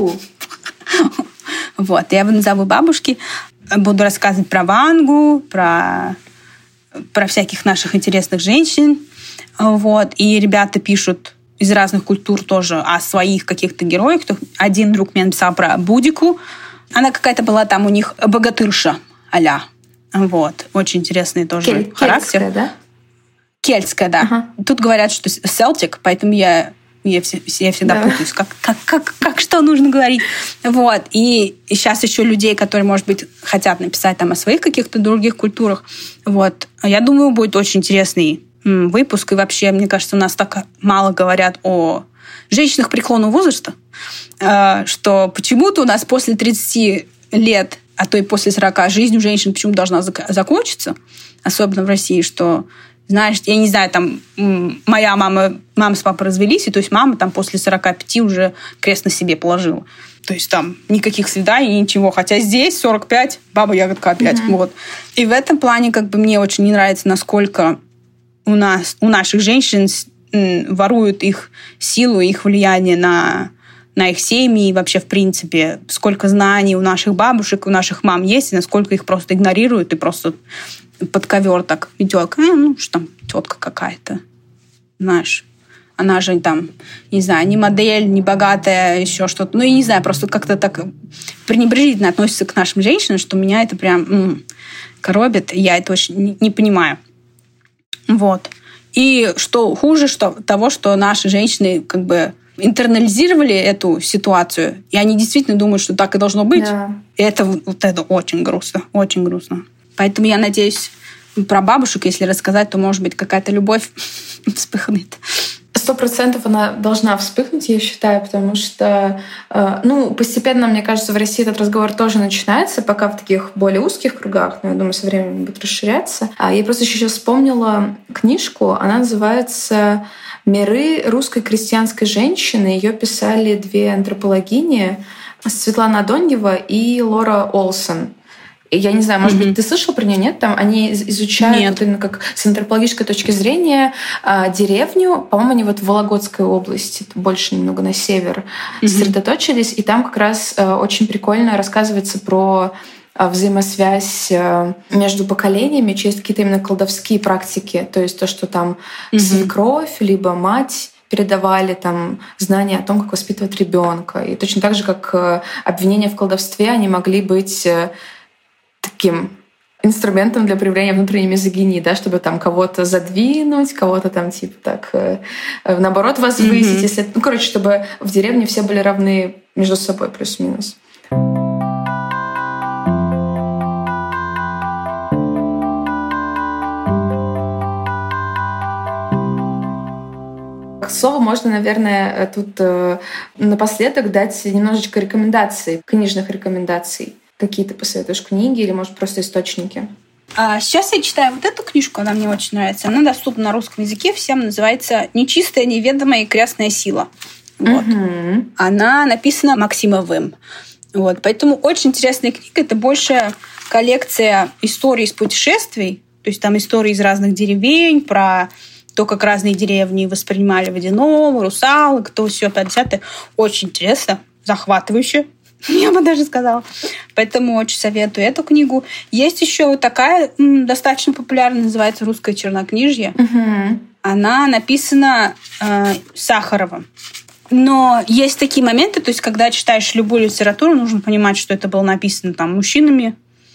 Вот. Я его назову «Бабушки». Буду рассказывать про Вангу, про, про всяких наших интересных женщин. Вот. И ребята пишут из разных культур тоже о своих каких-то героях. Один друг мне написал про Будику. Она какая-то была там у них богатырша а-ля. Вот. Очень интересный тоже Кель- характер. Кельтская, да? Кельтская, да. Uh-huh. Тут говорят, что селтик, поэтому я, я, все, я всегда да. путаюсь, как, как, как, как что нужно говорить. Вот. И, и сейчас еще людей, которые, может быть, хотят написать там о своих каких-то других культурах. Вот. Я думаю, будет очень интересный м, выпуск. И вообще, мне кажется, у нас так мало говорят о женщинах преклонного возраста, э, что почему-то у нас после тридцати лет, а то и после сорока, жизнь у женщин почему-то должна зак- закончиться, особенно в России, что знаешь, я не знаю, там моя мама, мама с папой развелись, и то есть мама там после сорока пяти уже крест на себе положила. То есть там никаких свиданий, ничего. Хотя здесь сорок пять, баба ягодка опять. Mm-hmm. Вот. И в этом плане как бы мне очень не нравится, насколько у нас, у наших женщин воруют их силу, их влияние на, на их семьи и вообще в принципе, сколько знаний у наших бабушек, у наших мам есть, и насколько их просто игнорируют и просто под ковер так идет, а, ну, что там, тетка какая-то, знаешь. Она же там, не знаю, не модель, не богатая, еще что-то. Ну, я не знаю, просто как-то так пренебрежительно относится к нашим женщинам, что меня это прям м- коробит, и я это очень не, не понимаю. Вот. И что хуже что, того, что наши женщины как бы интернализировали эту ситуацию, и они действительно думают, что так и должно быть. Да. И это, вот это очень грустно, очень грустно. Поэтому я надеюсь, про бабушек, если рассказать, то, может быть, какая-то любовь вспыхнет. Сто процентов она должна вспыхнуть, я считаю, потому что, ну, постепенно, мне кажется, в России этот разговор тоже начинается, пока в таких более узких кругах, но я думаю, со временем будет расширяться. Я просто еще сейчас вспомнила книжку, она называется «Миры русской крестьянской женщины». Ее писали две антропологини, Светлана Адоньева и Лора Олсон. Я не знаю, может mm-hmm. быть, ты слышал про нее? Нет? Там они изучают вот именно как с антропологической точки зрения деревню. По-моему, они вот в Вологодской области, больше немного на север, mm-hmm. сосредоточились. И там как раз очень прикольно рассказывается про взаимосвязь между поколениями через какие-то именно колдовские практики. То есть то, что там mm-hmm. свекровь, либо мать передавали там знания о том, как воспитывать ребенка. И точно так же, как обвинения в колдовстве, они могли быть таким инструментом для проявления внутренней мизогинии, да, чтобы там кого-то задвинуть, кого-то там типа так э, наоборот возвысить, mm-hmm. если, ну, короче, чтобы в деревне все были равны между собой, плюс-минус. К слову, можно, наверное, тут э, напоследок дать немножечко рекомендаций, книжных рекомендаций. Какие ты посоветуешь книги или, может, просто источники? А сейчас я читаю вот эту книжку, она мне очень нравится. Она доступна на русском языке, всем называется «Нечистая, неведомая и крестная сила». Вот. Угу. Она написана Максимовым. Вот. Поэтому очень интересная книга. Это больше коллекция историй из путешествий. То есть там истории из разных деревень, про то, как разные деревни воспринимали водяного, русалок, то все, пятьдесят. Очень интересно, захватывающе. Я бы даже сказала. Поэтому очень советую эту книгу. Есть еще вот такая м, достаточно популярная, называется «Русское чернокнижье». Угу. Она написана э, Сахаровым. Но есть такие моменты, то есть когда читаешь любую литературу, нужно понимать, что это было написано там мужчинами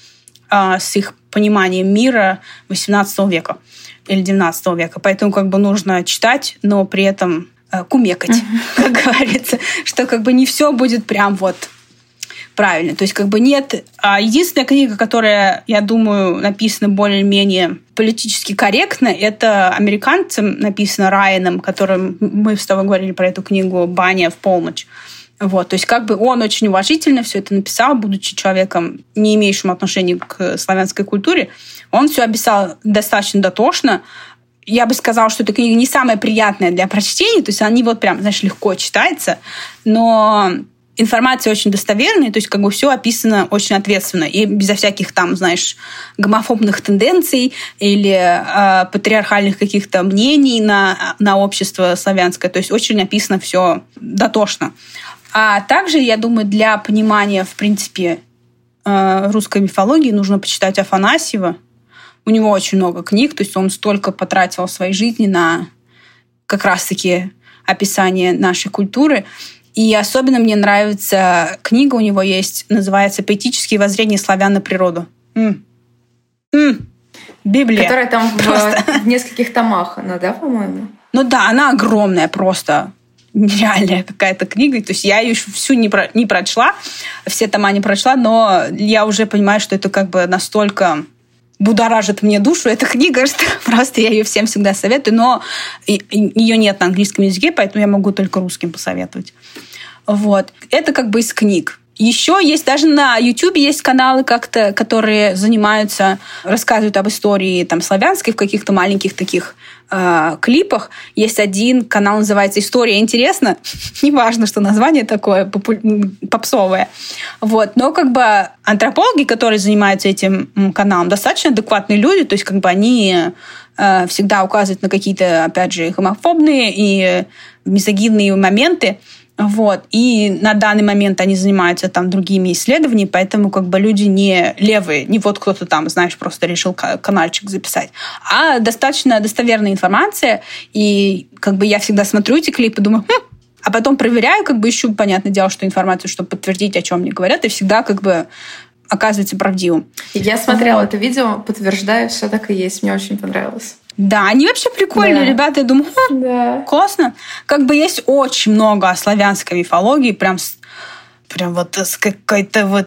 э, с их пониманием мира восемнадцатого века или девятнадцатого века. Поэтому как бы нужно читать, но при этом э, кумекать, mm-hmm. как говорится, что как бы не все будет прям вот правильно. То есть как бы нет... А единственная книга, которая, я думаю, написана более-менее политически корректно, это американцем написано Райаном, которым мы с тобой говорили про эту книгу «Баня в полночь». Вот. То есть как бы он очень уважительно все это написал, будучи человеком, не имеющим отношения к славянской культуре. Он все описал достаточно дотошно. Я бы сказала, что эта книга не самая приятная для прочтения, то есть она не вот прям, знаешь, легко читается, но... информация очень достоверная, то есть как бы все описано очень ответственно и безо всяких там, знаешь, гомофобных тенденций или э, патриархальных каких-то мнений на, на общество славянское. То есть очень описано все дотошно. А также, я думаю, для понимания, в принципе, э, русской мифологии нужно почитать Афанасьева. У него очень много книг, то есть он столько потратил своей жизни на как раз-таки описание нашей культуры. И особенно мне нравится книга у него есть, называется «Поэтические воззрения славян на природу». М. М. Библия. Которая там в, в нескольких томах, она, да, по-моему? Ну да, она огромная просто. Нереальная какая-то книга. То есть я ее всю не, про, не прочла, все тома не прочла, но я уже понимаю, что это как бы настолько... будоражит мне душу эта книга, что просто я ее всем всегда советую, но ее нет на английском языке, поэтому я могу только русским посоветовать. Вот. Это как бы из книг. Еще есть, даже на YouTube есть каналы как-то, которые занимаются, рассказывают об истории там, славянской в каких-то маленьких таких э, клипах. Есть один канал, называется «История интересна». Неважно, что название такое попу- попсовое. Вот. Но как бы антропологи, которые занимаются этим каналом, достаточно адекватные люди, то есть как бы они э, всегда указывают на какие-то, опять же, гомофобные и мизогинные моменты. Вот. И на данный момент они занимаются там другими исследованиями, поэтому как бы люди не левые, не вот кто-то там, знаешь, просто решил канальчик записать, а достаточно достоверная информация. И как бы я всегда смотрю эти клипы, думаю, хм! А потом проверяю, как бы ищу, понятное дело, что информацию, чтобы подтвердить, о чем мне говорят, и всегда как бы оказывается правдивым. Я смотрела вот это видео, подтверждаю, все так и есть. Мне очень понравилось. Да, они вообще прикольные, да. Ребята. Я думаю, хм, да. Классно. Как бы есть очень много о славянской мифологии, прям, прям вот с какой-то вот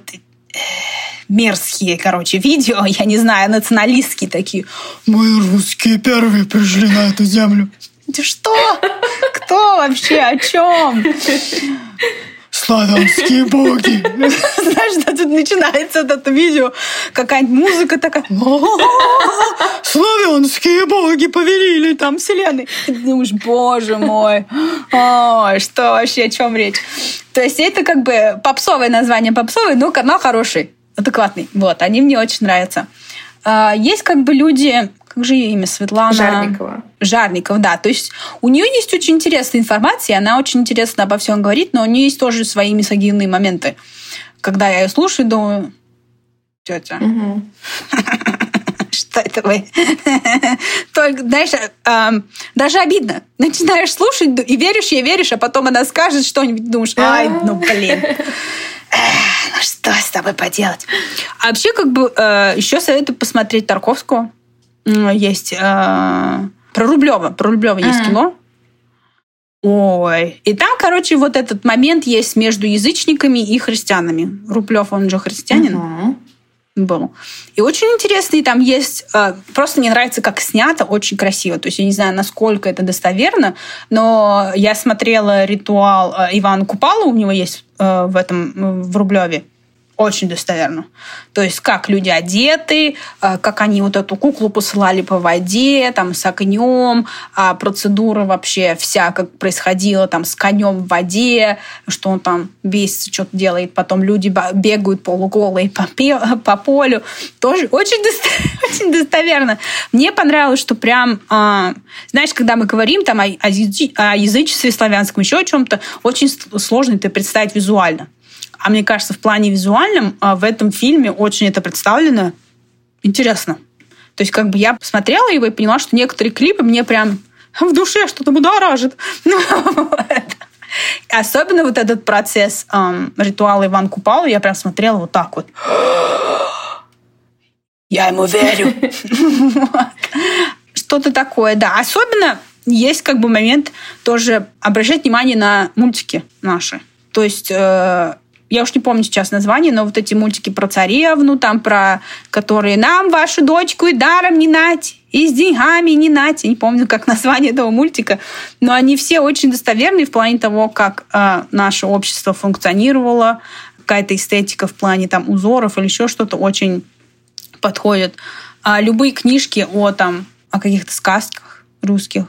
мерзкие, короче, видео, я не знаю, националистские такие. Мы, русские, первые пришли на эту землю. Ты что? Кто вообще? О чем? Славянские боги. Знаешь, да, тут начинается вот это видео, какая-нибудь музыка такая. Славянские боги повелели там вселенной. Ты думаешь, боже мой, ой, что вообще, о чем речь? То есть это как бы попсовое название, попсовое, но канал хороший, адекватный. Вот, они мне очень нравятся. Есть как бы люди... Как же ее имя? Светлана... Жарникова. Жарникова, да. То есть у нее есть очень интересная информация, она очень интересно обо всем говорит, но у нее есть тоже свои мисогинные моменты. Когда я ее слушаю, думаю, тетя, что это вы? Только, знаешь, даже обидно. Начинаешь слушать и веришь, ей веришь, а потом она скажет что-нибудь, думаешь, ай, ну блин. Ну что с тобой поделать? А вообще, как бы, еще советую посмотреть Тарковского. Есть э, про Рублева. Про Рублева есть mm-hmm. кино. Ой. И там, короче, вот этот момент есть между язычниками и христианами. Рублев, он же христианин mm-hmm. был. И очень интересный там есть... Э, просто мне нравится, как снято, очень красиво. То есть я не знаю, насколько это достоверно, но я смотрела ритуал Ивана Купала, у него есть э, в этом, в Рублеве. Очень достоверно. То есть, как люди одеты, как они вот эту куклу посылали по воде, там, с огнем, процедура вообще вся, как происходила там с конем в воде, что он там бесится, что-то делает, потом люди бегают полуголые по, по полю. Тоже очень, досто... очень достоверно. Мне понравилось, что прям, знаешь, когда мы говорим там о, о язычестве славянском, еще о чем-то, очень сложно это представить визуально. А мне кажется, в плане визуальном в этом фильме очень это представлено интересно. То есть как бы я посмотрела его и поняла, что некоторые клипы мне прям в душе что-то будоражит. Особенно вот этот процесс эм, ритуала Иван Купала, я прям смотрела вот так вот. Я ему верю. Что-то такое, да. Особенно есть как бы момент тоже обращать внимание на мультики наши. То есть, э, я уж не помню сейчас название, но вот эти мультики про царевну, там про которые нам вашу дочку и даром не нать, и с деньгами не нать. Я не помню, как название этого мультика, но они все очень достоверные в плане того, как э, наше общество функционировало, какая-то эстетика в плане там узоров или еще что-то очень подходит. А любые книжки о, там, о каких-то сказках русских,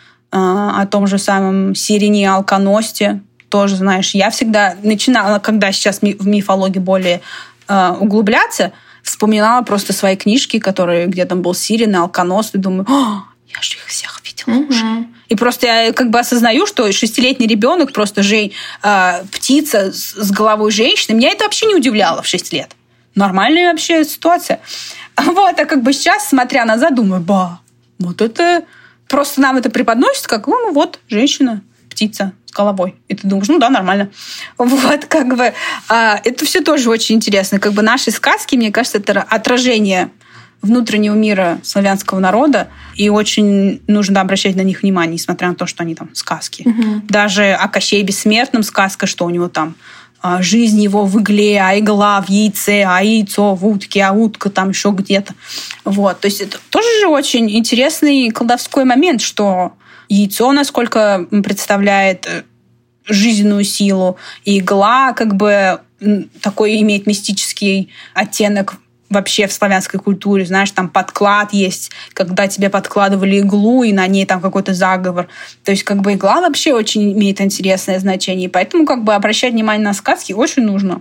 о том же самом Сирене и Алконосте, тоже, знаешь, я всегда начинала, когда сейчас в мифологии более углубляться, вспоминала просто свои книжки, которые, где там был Сирен и Алконост, и думаю, о, я же их всех видела mm-hmm. уже. И просто я как бы осознаю, что шестилетний ребенок, просто же, э, птица с, с головой женщины, меня это вообще не удивляло в шесть лет. Нормальная вообще ситуация. Вот, а как бы сейчас, смотря назад, думаю, ба, вот это... Просто нам это преподносится как, ну, вот, женщина, птица с головой. И ты думаешь, ну да, нормально. Вот, как бы, а, это все тоже очень интересно. Как бы наши сказки, мне кажется, это отражение внутреннего мира славянского народа, и очень нужно обращать на них внимание, несмотря на то, что они там сказки. Угу. Даже о Кощее Бессмертном сказка, что у него там жизнь его в игле, а игла в яйце, а яйцо в утке, а утка там еще где-то. Вот. То есть это тоже же очень интересный колдовской момент, что яйцо, насколько представляет жизненную силу, и игла как бы такой имеет мистический оттенок вообще в славянской культуре, знаешь, там подклад есть, когда тебе подкладывали иглу, и на ней там какой-то заговор. То есть как бы игла вообще очень имеет интересное значение, и поэтому как бы обращать внимание на сказки очень нужно.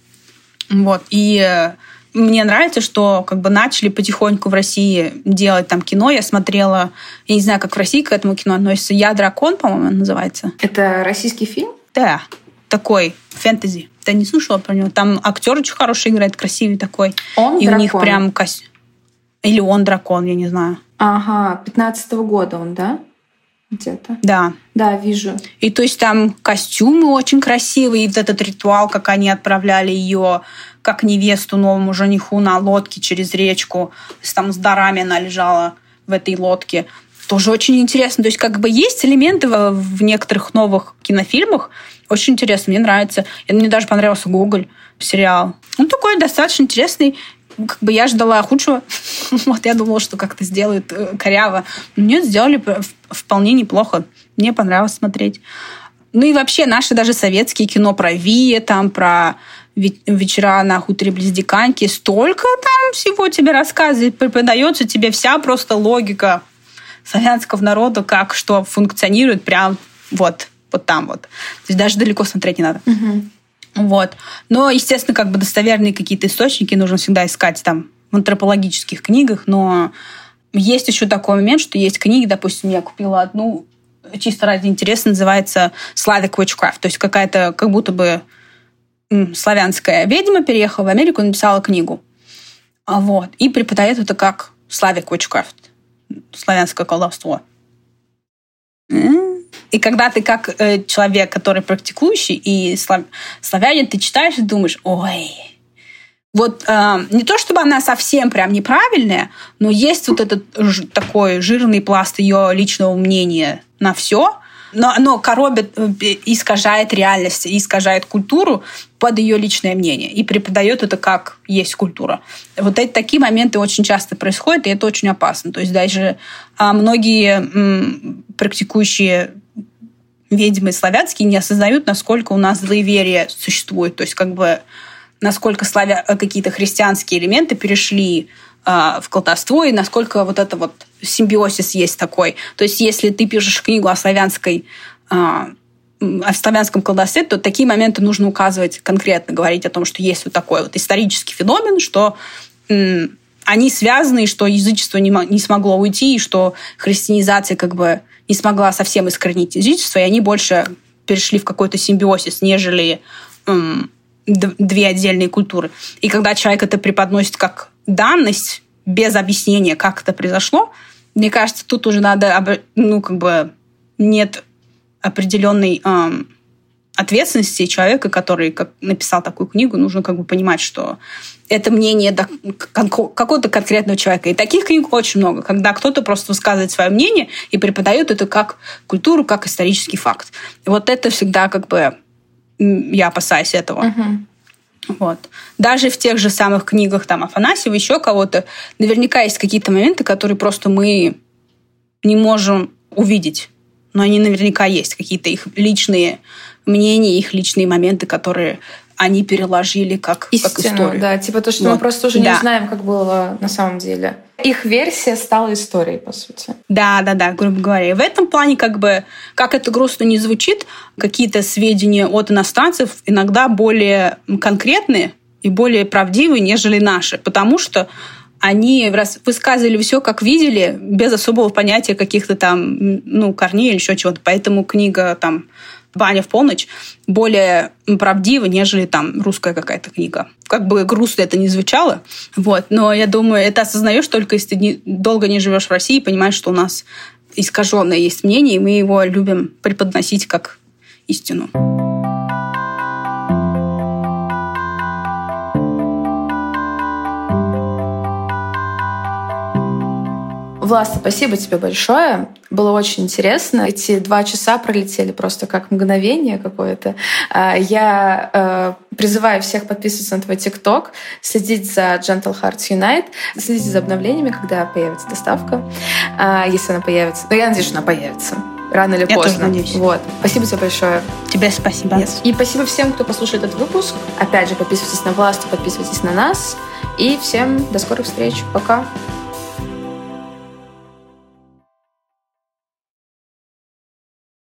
Вот. И мне нравится, что как бы начали потихоньку в России делать там кино. Я смотрела, я не знаю, как в России к этому кино относится, «Я дракон», по-моему, называется. Это российский фильм? Да, такой фэнтези. Ты не слышала про него? Там актер очень хороший играет, красивый такой. Он и дракон? У них прям кос... Или он дракон, я не знаю. Ага, пятнадцатого года он, да? Где-то. Да. Да, вижу. И то есть там костюмы очень красивые, и вот этот ритуал, как они отправляли ее как невесту новому жениху на лодке через речку. Там с дарами она лежала в этой лодке. Тоже очень интересно. То есть как бы есть элементы в некоторых новых кинофильмах. Очень интересно, мне нравится. И мне даже понравился «Гоголь» сериал. Он такой достаточно интересный. Как бы я ждала худшего. Вот я думала, что как-то сделают коряво. Но нет, сделали вполне неплохо. Мне понравилось смотреть. Ну и вообще наши даже советские кино про Вия, там про вечера на хуторе близ Диканьки. Столько там всего тебе рассказывает. Преподается тебе вся просто логика славянского народа, как что функционирует прям вот, вот там вот. То есть даже далеко смотреть не надо. Угу. Вот. Но, естественно, как бы достоверные какие-то источники нужно всегда искать там в антропологических книгах, но есть еще такой момент, что есть книги, допустим, я купила одну, чисто ради интереса, называется Slavic Witchcraft, то есть какая-то, как будто бы м, славянская ведьма переехала в Америку и написала книгу. Вот. И преподает это как Slavic Witchcraft, славянское колдовство. И когда ты как э, человек, который практикующий и слав... славянин, ты читаешь и думаешь, ой, вот э, не то чтобы она совсем прям неправильная, но есть вот этот ж, такой жирный пласт ее личного мнения на все, но оно коробит, искажает реальность, искажает культуру под ее личное мнение и преподает это как есть культура. Вот эти такие моменты очень часто происходят, и это очень опасно. То есть даже а, многие м, практикующие ведьмы славянские не осознают, насколько у нас злоеверие существует. То есть как бы насколько славя... какие-то христианские элементы перешли э, в колдовство, и насколько вот это вот симбиозис есть такой. То есть если ты пишешь книгу о славянской э, о славянском колдовстве, то такие моменты нужно указывать конкретно, говорить о том, что есть вот такой вот исторический феномен, что э, они связаны, и что язычество не, не смогло уйти, и что христианизация как бы не смогла совсем искоренить язычество, и они больше перешли в какой-то симбиозис, нежели эм, две отдельные культуры. И когда человек это преподносит как данность, без объяснения, как это произошло, мне кажется, тут уже надо, ну, как бы, нет определенной эм, ответственности человека, который как, написал такую книгу, нужно как бы понимать, что это мнение какого-то конкретного человека. И таких книг очень много, когда кто-то просто высказывает свое мнение и преподает это как культуру, как исторический факт. И вот это всегда как бы я опасаюсь этого. Uh-huh. Вот. Даже в тех же самых книгах там, Афанасьева, еще кого-то, наверняка есть какие-то моменты, которые просто мы не можем увидеть. Но они наверняка есть. Какие-то их личные мнения, их личные моменты, которые они переложили как, как историю. Да, типа то, что вот. Мы просто уже да. не знаем, как было на самом деле. Их версия стала историей, по сути. Да, да, да, грубо говоря. И в этом плане, как бы, как это грустно не звучит, какие-то сведения от иностранцев иногда более конкретные и более правдивые, нежели наши. Потому что они высказывали все, как видели, без особого понятия каких-то там, ну, корней или еще чего-то. Поэтому книга там «Баня в полночь» более правдива, нежели там русская какая-то книга. Как бы грустно это ни звучало. Вот. Но я думаю, это осознаешь только, если ты не, долго не живешь в России и понимаешь, что у нас искаженное есть мнение, и мы его любим преподносить как истину. Власта, спасибо тебе большое. Было очень интересно. Эти два часа пролетели просто как мгновение какое-то. Я призываю всех подписываться на твой TikTok, следить за Gentle Hearts Unite, следить за обновлениями, когда появится доставка, если она появится. Но я надеюсь, что она появится. Рано или я поздно. Тоже надеюсь. Вот. Спасибо тебе большое. Тебе спасибо. Yes. И спасибо всем, кто послушает этот выпуск. Опять же, подписывайтесь на Власту, подписывайтесь на нас. И всем до скорых встреч. Пока.